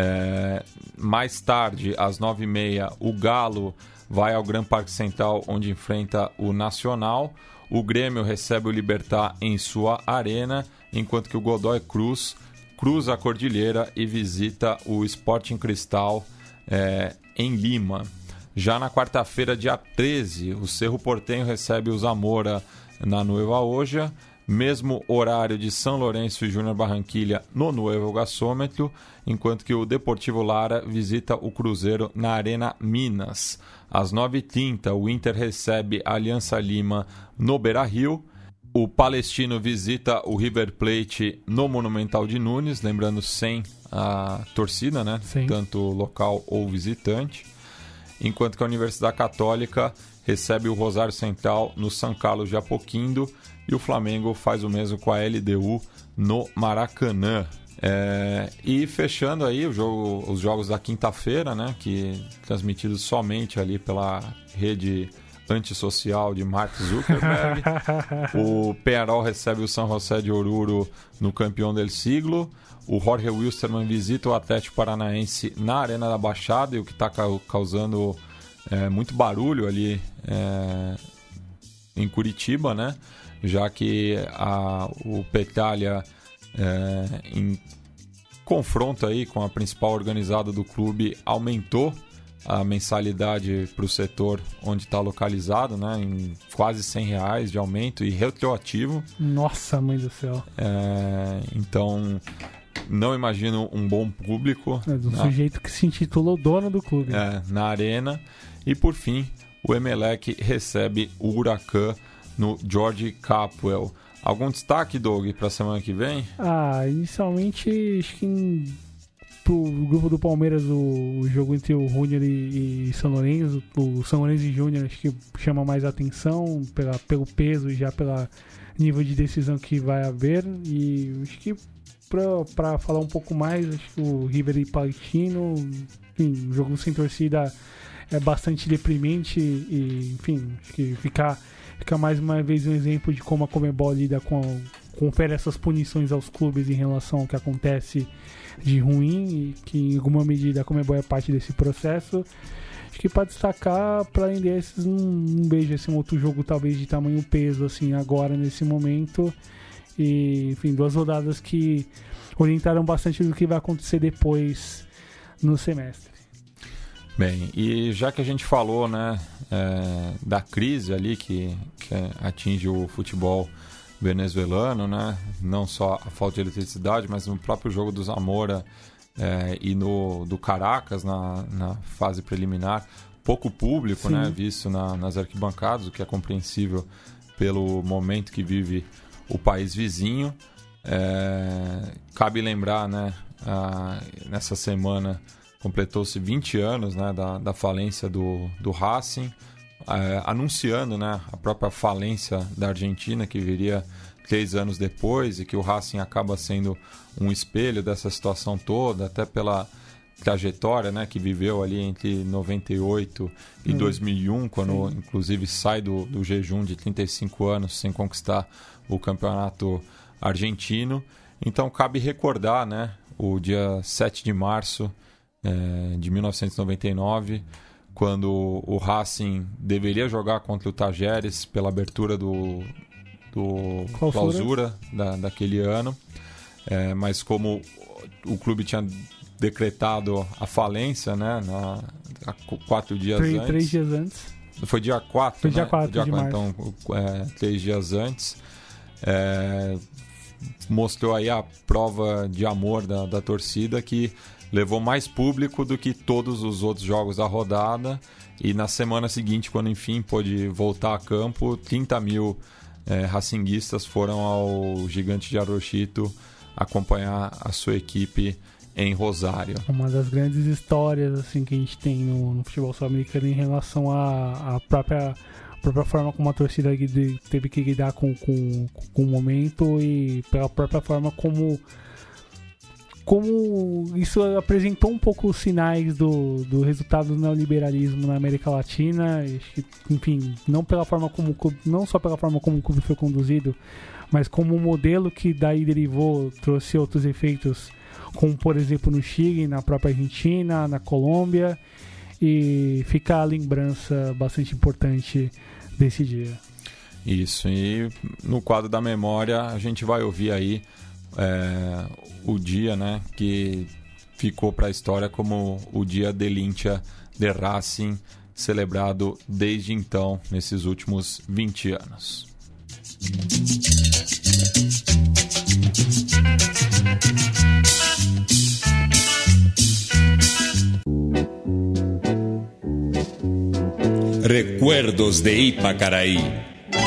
Mais tarde, às 9h30, o Galo vai ao Gran Parque Central, onde enfrenta o Nacional. O Grêmio recebe o Libertad em sua arena, enquanto que o Godoy Cruz cruza a Cordilheira e visita o Sporting Cristal em Lima. Já na quarta-feira, dia 13, o Cerro Porteño recebe o Zamora na Nueva Oja. Mesmo horário de São Lourenço e Júnior Barranquilla no Nuevo Gasômetro, enquanto que o Deportivo Lara visita o Cruzeiro na Arena Minas. Às 9h30, o Inter recebe a Aliança Lima no Beira-Rio. O Palestino visita o River Plate no Monumental de Nunes, lembrando sem a torcida, né? Sim. Tanto local ou visitante. Enquanto que a Universidade Católica recebe o Rosário Central no São Carlos de Apoquindo e o Flamengo faz o mesmo com a LDU no Maracanã. E fechando aí os jogos da quinta-feira, né, que transmitidos somente ali pela rede antissocial de Mark Zuckerberg. O Peñarol recebe o San José de Oruro no Campeão del Siglo. O Jorge Wilstermann visita o Atlético Paranaense na Arena da Baixada, e o que está causando muito barulho ali em Curitiba, né? Já que o Petralha, em confronto aí com a principal organizada do clube, aumentou a mensalidade para o setor onde está localizado, né, em quase R$100 de aumento e retroativo. Nossa, mãe do céu. Então, não imagino um bom público. Do sujeito que se intitulou dono do clube. Na arena. E por fim, o Emelec recebe o Huracan no George Capwell. Algum destaque, Doug, para a semana que vem? Inicialmente, acho que pro grupo do Palmeiras, o jogo entre o Júnior e São Lourenço, o São Lourenço e Júnior, acho que chama mais atenção pelo peso e já pelo nível de decisão que vai haver. E acho que para falar um pouco mais, acho que o River e Palestino, enfim, o jogo sem torcida é bastante deprimente e, enfim, acho que fica mais uma vez um exemplo de como a Conmebol lida com confere essas punições aos clubes em relação ao que acontece de ruim e que em alguma medida a Conmebol é parte desse processo. Acho que para destacar, para além desses, não vejo esse outro jogo talvez de tamanho peso assim agora nesse momento. E, enfim, 2 rodadas que orientaram bastante do que vai acontecer depois no semestre. Bem, e já que a gente falou, né, da crise ali que atinge o futebol venezuelano, né, não só a falta de eletricidade, mas no próprio jogo do Zamora e do Caracas na fase preliminar, pouco público, né, visto nas arquibancadas, o que é compreensível pelo momento que vive o país vizinho. Cabe lembrar, né, nessa semana completou-se 20 anos, né, da falência do Racing, anunciando, né, a própria falência da Argentina, que viria 3 anos depois, e que o Racing acaba sendo um espelho dessa situação toda, até pela trajetória, né, que viveu ali entre 98 e 2001, quando inclusive sai do jejum de 35 anos sem conquistar o campeonato argentino. Então cabe recordar, né, o dia 7 de março de 1999, quando o Racing deveria jogar contra o Tajeres pela abertura do clausura daquele ano, mas como o clube tinha decretado a falência, né, 4 dias antes. 3 dias antes. Foi dia 4, Foi dia 4 de março. Então, 3 dias antes. Mostrou aí a prova de amor da torcida, que levou mais público do que todos os outros jogos da rodada, e na semana seguinte, quando enfim pôde voltar a campo, 30 mil racinguistas foram ao Gigante de Arochito acompanhar a sua equipe em Rosário. Uma das grandes histórias assim, que a gente tem no futebol sul-americano em relação à própria forma como a torcida teve que lidar com o momento, e pela própria forma como isso apresentou um pouco os sinais do resultado do neoliberalismo na América Latina. Enfim, não só pela forma como o clube foi conduzido, mas como o modelo que daí derivou trouxe outros efeitos, como por exemplo no Chile, na própria Argentina, na Colômbia, e fica a lembrança bastante importante desse dia. Isso, e no quadro da memória a gente vai ouvir aí o dia, né, que ficou para a história como o dia del hincha de Racing, celebrado desde então, nesses últimos 20 anos. Recuerdos de Ipacaraí.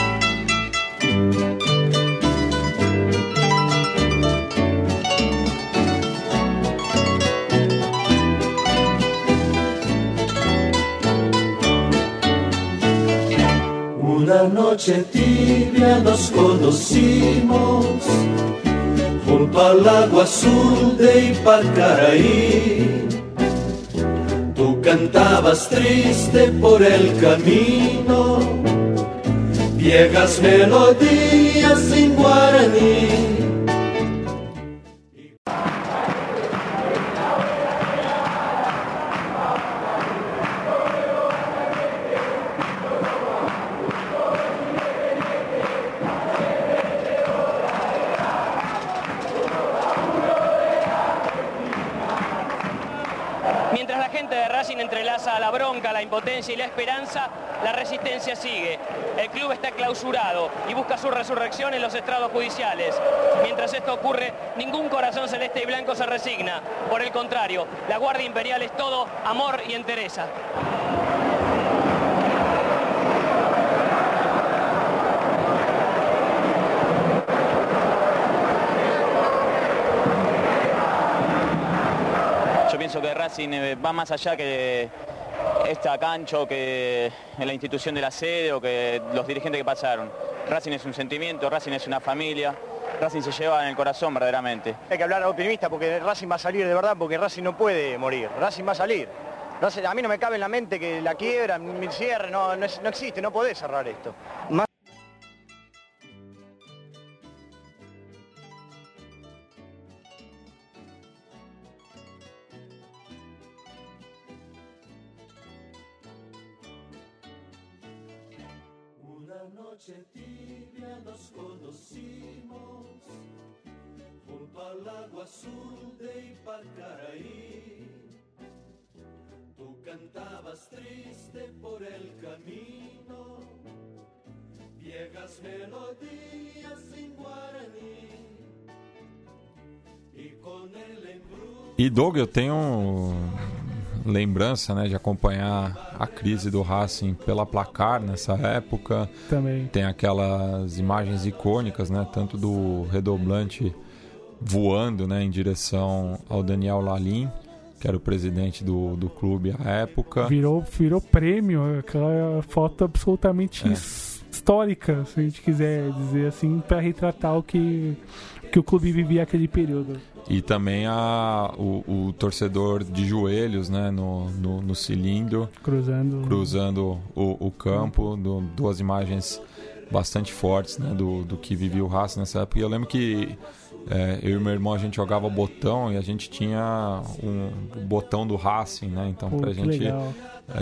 Una noche tibia nos conocimos junto al agua azul de Ipacaraí. Tú cantabas triste por el camino, viejas melodías en guaraní. Mientras la gente de Racing entrelaza la bronca, la impotencia y la esperanza, la resistencia sigue. El club está clausurado y busca su resurrección en los estrados judiciales. Mientras esto ocurre, ningún corazón celeste y blanco se resigna. Por el contrario, la Guardia Imperial es todo amor y entereza. Yo pienso que Racing va más allá que esta cancha, o que la institución de la sede, o que los dirigentes que pasaron. Racing es un sentimiento, Racing es una familia, Racing se lleva en el corazón verdaderamente. Hay que hablar optimista, porque Racing va a salir de verdad, porque Racing no puede morir, Racing va a salir. A mí no me cabe en la mente que la quiebra, el cierre, no existe, no podés cerrar esto. Una noche tibia nos conocimos junto al agua azul de Ipacaraí. Tú cantabas triste por el camino, viejas melodías em Guarani. E Doug, eu tenho lembrança, né, de acompanhar a crise do Racing pela Placar nessa época. Também. Tem aquelas imagens icônicas, né, tanto do Redoblante voando, né, em direção ao Daniel Lalin, que era o presidente do clube à época. Virou prêmio, aquela foto absolutamente histórica, se a gente quiser dizer assim, para retratar o que o clube vivia aquele período. E também o torcedor de joelhos, né, no cilindro, cruzando o campo, duas imagens bastante fortes, né, do que vivia o Racing nessa época. E eu lembro que eu e meu irmão, a gente jogava botão e a gente tinha o botão do Racing, né, então pra gente legal.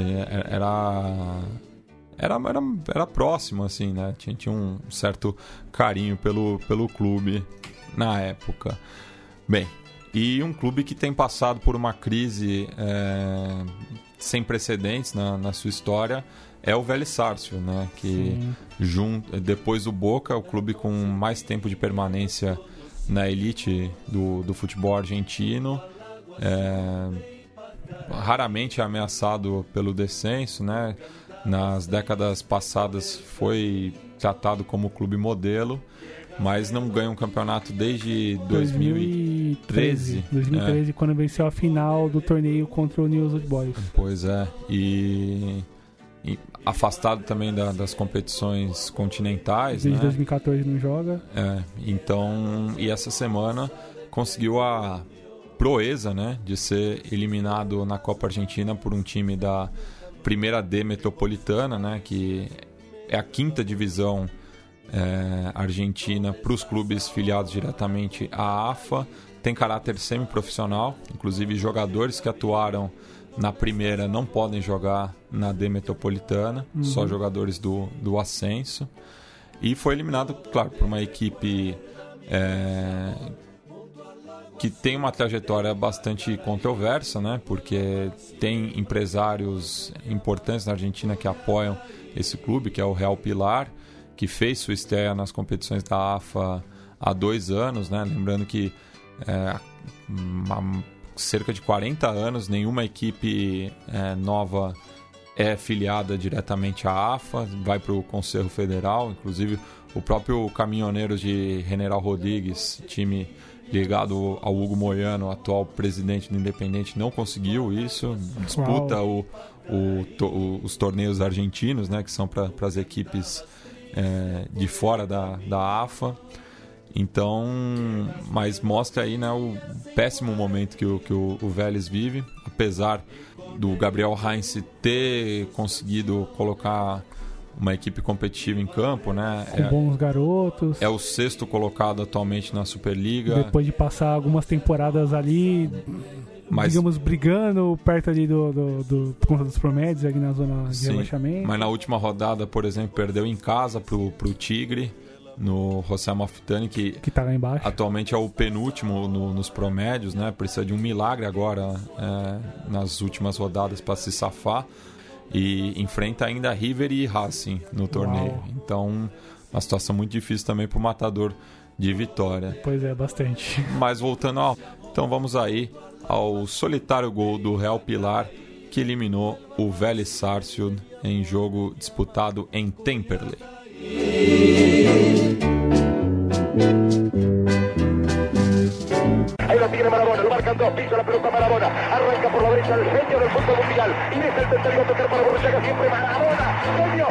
Era próximo, assim, né, tinha um certo carinho pelo clube na época. Bem, e um clube que tem passado por uma crise sem precedentes na sua história é o Vélez Sarsfield, né? Que depois do Boca, o clube com mais tempo de permanência na elite do futebol argentino, raramente ameaçado pelo descenso, né? Nas décadas passadas foi tratado como clube modelo, mas não ganha um campeonato desde 2013. 2013, quando venceu a final do torneio contra o News Old Boys. Pois é, e afastado também das competições continentais. Desde né? 2014 não joga. Então, e essa semana conseguiu a proeza, né, de ser eliminado na Copa Argentina por um time da Primeira D Metropolitana, né, que é a quinta divisão argentina para os clubes filiados diretamente à AFA. Tem caráter semiprofissional, inclusive jogadores que atuaram na primeira não podem jogar na D Metropolitana, só jogadores do ascenso. E foi eliminado, claro, por uma equipe que tem uma trajetória bastante controversa, né? Porque tem empresários importantes na Argentina que apoiam esse clube, que é o Real Pilar, que fez sua estreia nas competições da AFA há 2 anos, né? Lembrando que há cerca de 40 anos nenhuma equipe nova é filiada diretamente à AFA, vai para o Conselho Federal, inclusive o próprio Caminhoneiros de General Rodrigues, time ligado ao Hugo Moyano, atual presidente do Independente, não conseguiu isso, disputa os torneios argentinos, né, que são para as equipes de fora da AFA. Então, mas mostra aí, né, o péssimo momento que o Vélez vive, apesar do Gabriel Heinz ter conseguido colocar uma equipe competitiva em campo, né? Com bons garotos. É o 6º colocado atualmente na Superliga. Depois de passar algumas temporadas ali, digamos, brigando perto ali por conta dos promédios, ali na zona de rebaixamento. Mas na última rodada, por exemplo, perdeu em casa pro Tigre, no José Amalfitani, que tá lá embaixo. Atualmente é o penúltimo nos promédios, né? Precisa de um milagre agora nas últimas rodadas para se safar. E enfrenta ainda River e Racing no torneio. Então, uma situação muito difícil também para o matador de Vitória. Pois é, bastante. Mas voltando então vamos aí ao solitário gol do Real Pilar, que eliminou o Vélez Sarsfield em jogo disputado em Temperley. Ahí lo tiene Maradona, lo marcan 2, pisa la pelota Maradona, arranca por la derecha el genio del fútbol mundial, ingresa el tercero a tocar para Borruchaga, siempre Maradona, genio,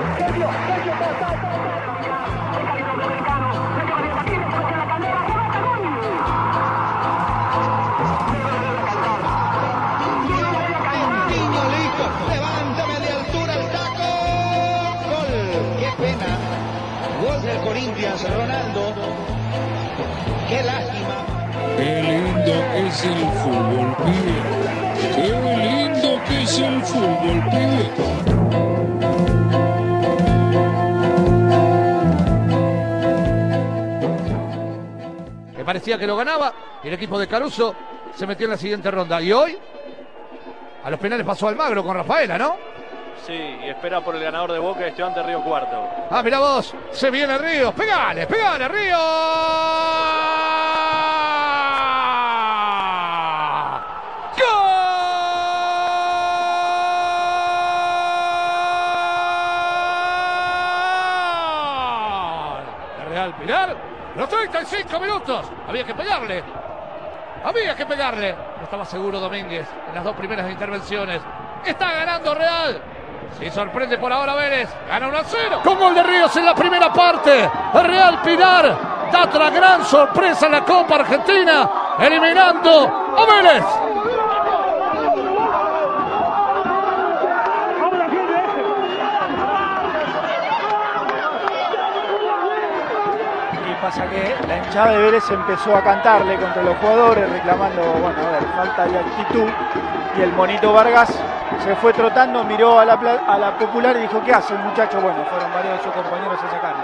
Niño listo, levántame de altura el taco, gol, qué pena, gol del Corinthians, Ronaldo, qué lástima. Qué lindo que es el fútbol, pibe. Qué lindo que es el fútbol, pibe. parecía que lo ganaba, y el equipo de Caruso se metió en la siguiente ronda. Y hoy, a los penales pasó Almagro con Rafaela, ¿no? Sí, y espera por el ganador de Boca, Estudiantes Río Cuarto. Ah, mirá vos, se viene Ríos, pegale, Ríos. Real Pilar, los 35 minutos, había que pegarle, no estaba seguro Domínguez en las dos primeras intervenciones, está ganando Real, si sorprende por ahora Vélez, gana 1-0, con gol de Ríos en la primera parte, Real Pilar da otra gran sorpresa en la Copa Argentina, eliminando a Vélez. Pasa que la hinchada de Vélez empezó a cantarle contra los jugadores reclamando, falta de actitud, y el monito Vargas se fue trotando, miró a la Popular y dijo: ¿qué hace el muchacho? Bueno, fueron varios de sus compañeros a sacarlo.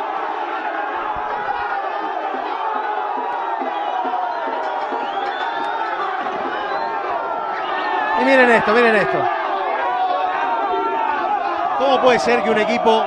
Y miren esto. ¿Cómo puede ser que un equipo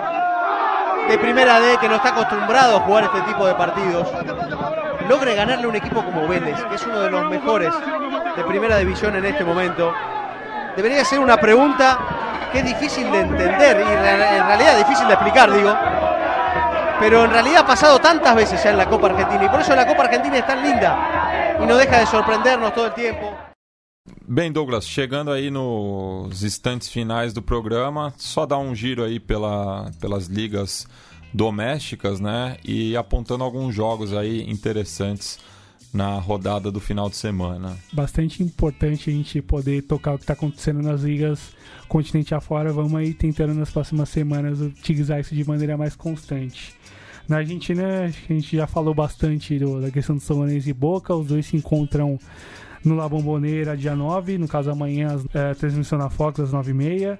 de primera D, que no está acostumbrado a jugar este tipo de partidos, logre ganarle a un equipo como Vélez, que es uno de los mejores de primera división en este momento? Debería ser una pregunta que es difícil de entender y en realidad difícil de explicar, digo, pero en realidad ha pasado tantas veces ya en la Copa Argentina, y por eso la Copa Argentina es tan linda y no deja de sorprendernos todo el tiempo. Bem, Douglas, chegando aí nos instantes finais do programa, só dar um giro aí pelas ligas domésticas, né? E apontando alguns jogos aí interessantes na rodada do final de semana. Bastante importante a gente poder tocar o que está acontecendo nas ligas continente afora. Vamos aí tentando nas próximas semanas utilizar isso de maneira mais constante. Na Argentina, a gente já falou bastante da questão do São Lourenço e Boca. Os dois se encontram no La Bombonera, dia 9, no caso amanhã, transmissão na Fox às 9h30.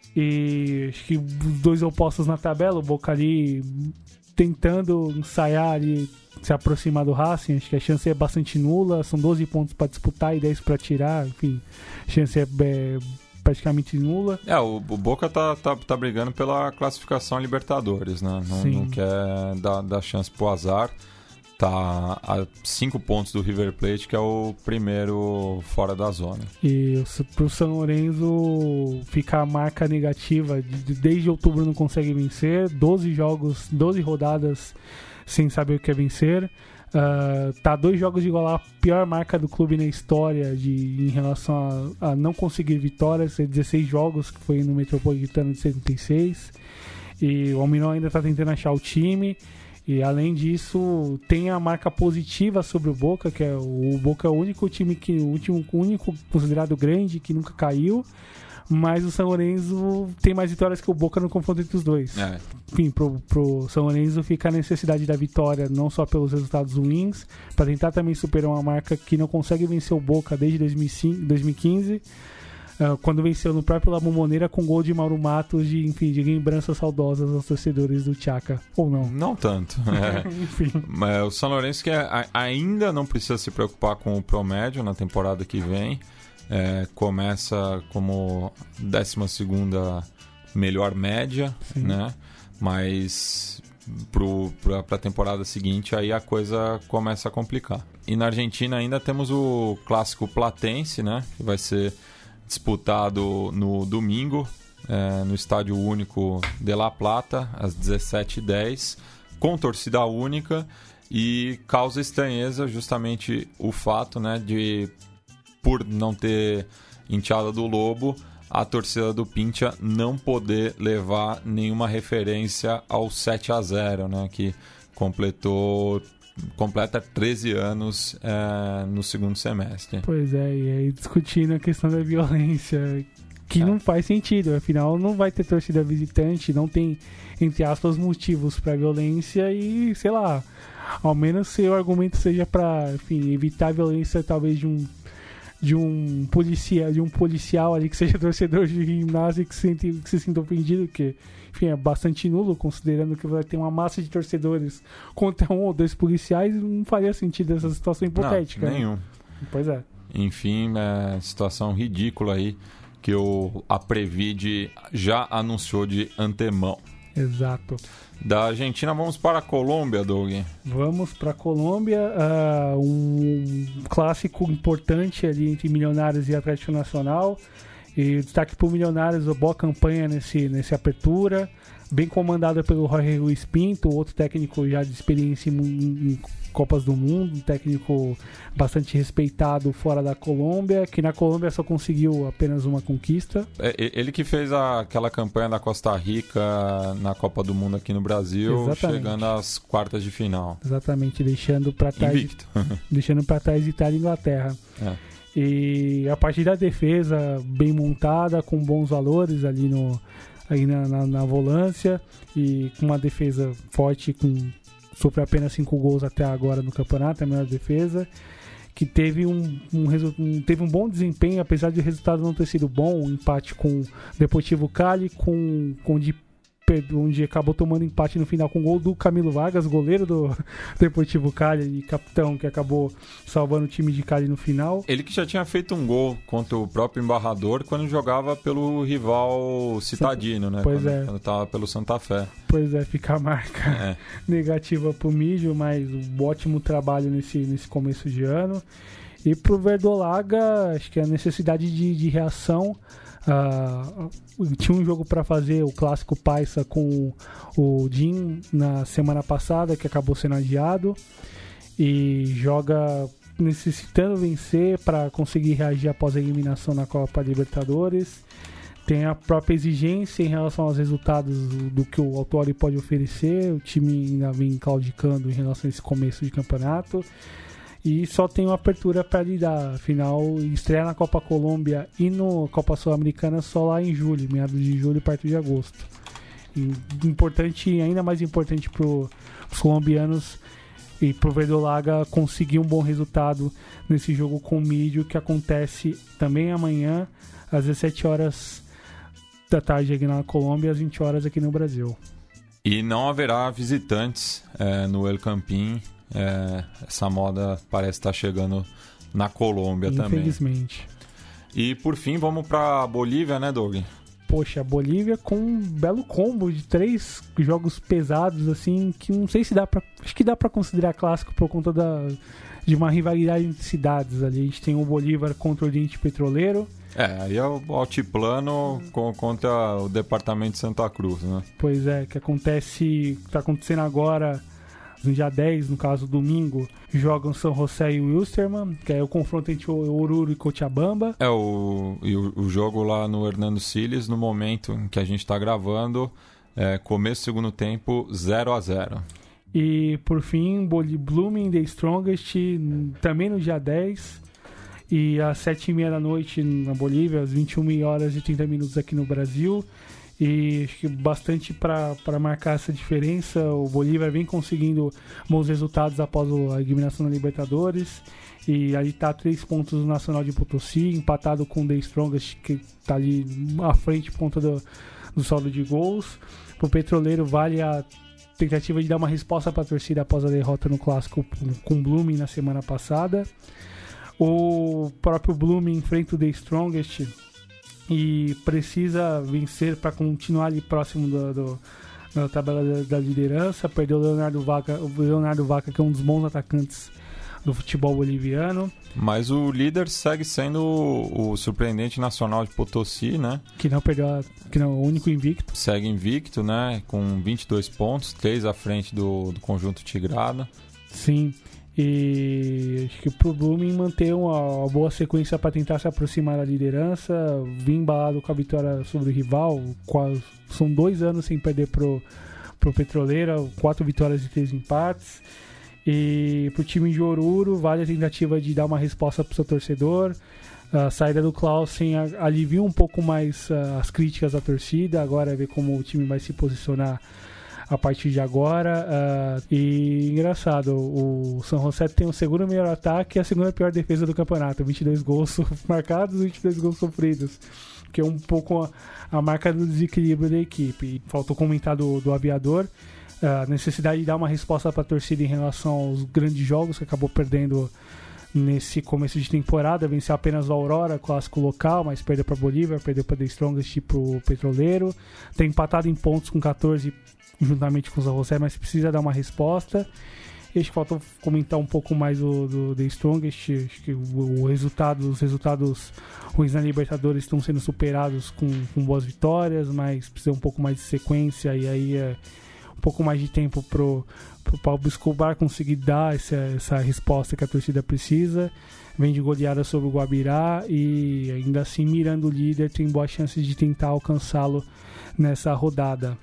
E acho que os dois opostos na tabela, o Boca ali tentando ensaiar ali, se aproximar do Racing. Acho que a chance é bastante nula, são 12 pontos para disputar e 10 para tirar, enfim, a chance é praticamente nula. O Boca tá brigando pela classificação a Libertadores, né? Não quer dar chance pro azar. Tá a 5 pontos do River Plate, que é o primeiro fora da zona. E pro São Lourenço ficar a marca negativa, desde outubro não consegue vencer, 12 rodadas sem saber o que é vencer. Tá 2 jogos de igualar a pior marca do clube na história em relação a não conseguir vitórias, 16 jogos, que foi no Metropolitano de 76. E o Almirão ainda tá tentando achar o time. E além disso, tem a marca positiva sobre o Boca, que é o Boca é o único time o único considerado grande que nunca caiu, mas o São Lourenço tem mais vitórias que o Boca no confronto entre os dois. Enfim, pro São Lourenço fica a necessidade da vitória, não só pelos resultados ruins, para tentar também superar uma marca que não consegue vencer o Boca desde 2015. Quando venceu no próprio La Bombonera com gol de Mauro Matos, de lembranças saudosas aos torcedores do Tchaca, ou não? Não tanto. Enfim. Mas o São Lourenço que ainda não precisa se preocupar com o promédio na temporada que vem. Começa como 12ª melhor média, né? Mas para a temporada seguinte aí a coisa começa a complicar. E na Argentina ainda temos o clássico platense, né? Que vai ser disputado no domingo, no Estádio Único de La Plata, às 17h10, com torcida única, e causa estranheza justamente o fato, né, de, por não ter enteada do Lobo, a torcida do Pincha não poder levar nenhuma referência ao 7-0, né, que completa 13 anos no segundo semestre. Pois é, e aí discutindo a questão da violência, que não faz sentido, afinal não vai ter torcida visitante, não tem, entre aspas, motivos para violência e, sei lá, ao menos se o argumento seja para, enfim, evitar a violência talvez de de um policial ali que seja torcedor de ginásio e que se sinta ofendido, que enfim, é bastante nulo, considerando que vai ter uma massa de torcedores contra 1 ou 2 policiais, não faria sentido essa situação hipotética. Não, nenhum. Né? Pois é. Enfim, situação ridícula aí que a Previde já anunciou de antemão. Exato. Da Argentina vamos para a Colômbia, Doug. Vamos para a Colômbia, um clássico importante ali entre Milionários e Atlético Nacional. E destaque para o Milionários, a boa campanha nesse apertura, bem comandada pelo Jorge Luis Pinto, outro técnico já de experiência em Copas do Mundo, um técnico bastante respeitado fora da Colômbia, que na Colômbia só conseguiu apenas uma conquista. Ele que fez aquela campanha da Costa Rica na Copa do Mundo aqui no Brasil, exatamente, chegando às quartas de final. Exatamente, deixando para trás Itália e Inglaterra. E a partir da defesa bem montada, com bons valores ali na volância, e com uma defesa forte, sofreu apenas 5 gols até agora no campeonato, a melhor defesa, que teve teve um bom desempenho, apesar de o resultado não ter sido bom, um empate com o Deportivo Cali, onde acabou tomando empate no final com o gol do Camilo Vargas, goleiro do Deportivo Cali e capitão, que acabou salvando o time de Cali no final. Ele que já tinha feito um gol contra o próprio Embarrador quando jogava pelo rival Citadino, né? Quando estava pelo Santa Fé. Pois é, fica a marca negativa pro Mídio, mas um ótimo trabalho nesse começo de ano. E pro Verdolaga, acho que a necessidade de reação. Tinha um jogo para fazer, o clássico Paisa com o Jim na semana passada, que acabou sendo adiado, e joga necessitando vencer para conseguir reagir após a eliminação na Copa Libertadores. Tem a própria exigência em relação aos resultados do que o Autori pode oferecer. O time ainda vem claudicando em relação a esse começo de campeonato. E só tem uma apertura para lidar. Afinal, estreia na Copa Colômbia e na Copa Sul-Americana só lá em julho, meados de julho e perto de agosto. E ainda mais importante para os colombianos e para o Verdolaga conseguir um bom resultado nesse jogo com o Mídio, que acontece também amanhã, às 17 horas da tarde aqui na Colômbia, às 20 horas aqui no Brasil. E não haverá visitantes no El Campín. Essa moda parece estar chegando na Colômbia também. Infelizmente. E por fim, vamos para Bolívia, né, Doug? Poxa, a Bolívia com um belo combo de 3 jogos pesados, assim, que não sei se acho que dá pra considerar clássico por conta de uma rivalidade entre cidades ali. A gente tem o Bolívar contra o Oriente Petroleiro. Aí é o Altiplano contra o departamento de Santa Cruz, né? Pois é, que tá acontecendo agora. No dia 10, no caso domingo, jogam São José e Wilstermann, que é o confronto entre Oruro e Cochabamba. O jogo lá no Hernando Siles, no momento em que a gente está gravando, começo do segundo tempo, 0-0. E por fim, Blooming The Strongest, também no dia 10, e às 7h30 da noite na Bolívia, às 21h30 aqui no Brasil. E acho que bastante para marcar essa diferença. O Bolívar vem conseguindo bons resultados após a eliminação na Libertadores, e ali está 3 pontos do Nacional de Potosí, empatado com o The Strongest, que está ali à frente por conta do saldo de gols. Para o Petroleiro vale a tentativa de dar uma resposta para a torcida após a derrota no clássico com o Blooming na semana passada. O próprio Blooming enfrenta o The Strongest e precisa vencer para continuar ali próximo da tabela da liderança. Perdeu o Leonardo Vaca, que é um dos bons atacantes do futebol boliviano. Mas o líder segue sendo o surpreendente Nacional de Potosí, né? Que não perdeu, que não é o único invicto. Segue invicto, né? Com 22 pontos, 3 à frente do conjunto Tigrado. Sim. E acho que pro Blooming manter uma boa sequência para tentar se aproximar da liderança, vir embalado com a vitória sobre o rival. São 2 anos sem perder pro Petroleiro, 4 vitórias e 3 empates. E pro time de Oruro vale a tentativa de dar uma resposta pro seu torcedor. A saída do Clausen alivia um pouco mais as críticas da torcida. Agora é ver como o time vai se posicionar a partir de agora. E engraçado, o San José tem o segundo melhor ataque e a segunda pior defesa do campeonato. 22 gols marcados e 22 gols sofridos, que é um pouco a marca do desequilíbrio da equipe. Faltou comentar do Aviador, a necessidade de dar uma resposta para a torcida em relação aos grandes jogos que acabou perdendo nesse começo de temporada. Venceu apenas o Aurora, clássico local, mas perdeu para Bolívar, perdeu para The Strongest e para o Petroleiro. Tem empatado em pontos com 14 juntamente com o San José, mas precisa dar uma resposta. E acho que faltou comentar um pouco mais do The Strongest. Acho que os resultados ruins na Libertadores estão sendo superados com boas vitórias, mas precisa um pouco mais de sequência, e aí é um pouco mais de tempo pro Pablo Escobar conseguir dar essa resposta que a torcida precisa. Vem de goleada sobre o Guabirá e ainda assim, mirando o líder, tem boas chances de tentar alcançá-lo nessa rodada.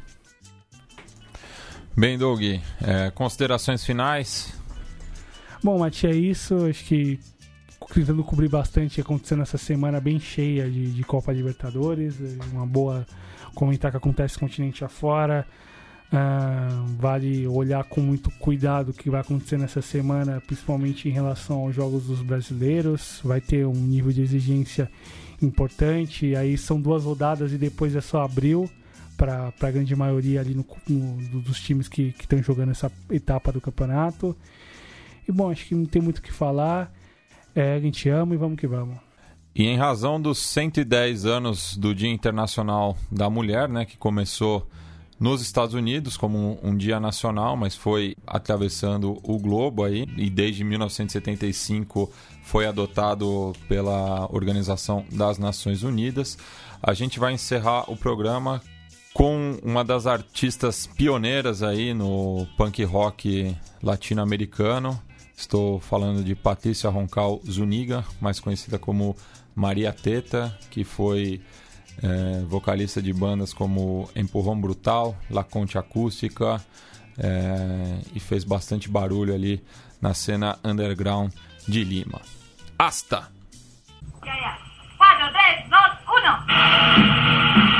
Bem, Doug, considerações finais? Bom, Mati, é isso. Acho que tentando cobrir bastante, acontecendo essa semana bem cheia de Copa Libertadores. Uma boa comentar que acontece continente afora. Vale olhar com muito cuidado o que vai acontecer nessa semana, principalmente em relação aos jogos dos brasileiros. Vai ter um nível de exigência importante. Aí são 2 rodadas e depois é só abril para a grande maioria ali dos times que estão jogando essa etapa do campeonato. E bom, acho que não tem muito o que falar. A gente ama e vamos que vamos. E em razão dos 110 anos do Dia Internacional da Mulher, né, que começou nos Estados Unidos como um dia nacional, mas foi atravessando o globo aí, e desde 1975 foi adotado pela Organização das Nações Unidas. A gente vai encerrar o programa com uma das artistas pioneiras aí no punk rock latino-americano. Estou falando de Patrícia Roncal Zuniga, mais conhecida como Maria Teta, que foi vocalista de bandas como Empurrão Brutal, La Concha Acústica, e fez bastante barulho ali na cena underground de Lima. Hasta! 4, 3, 2, 1.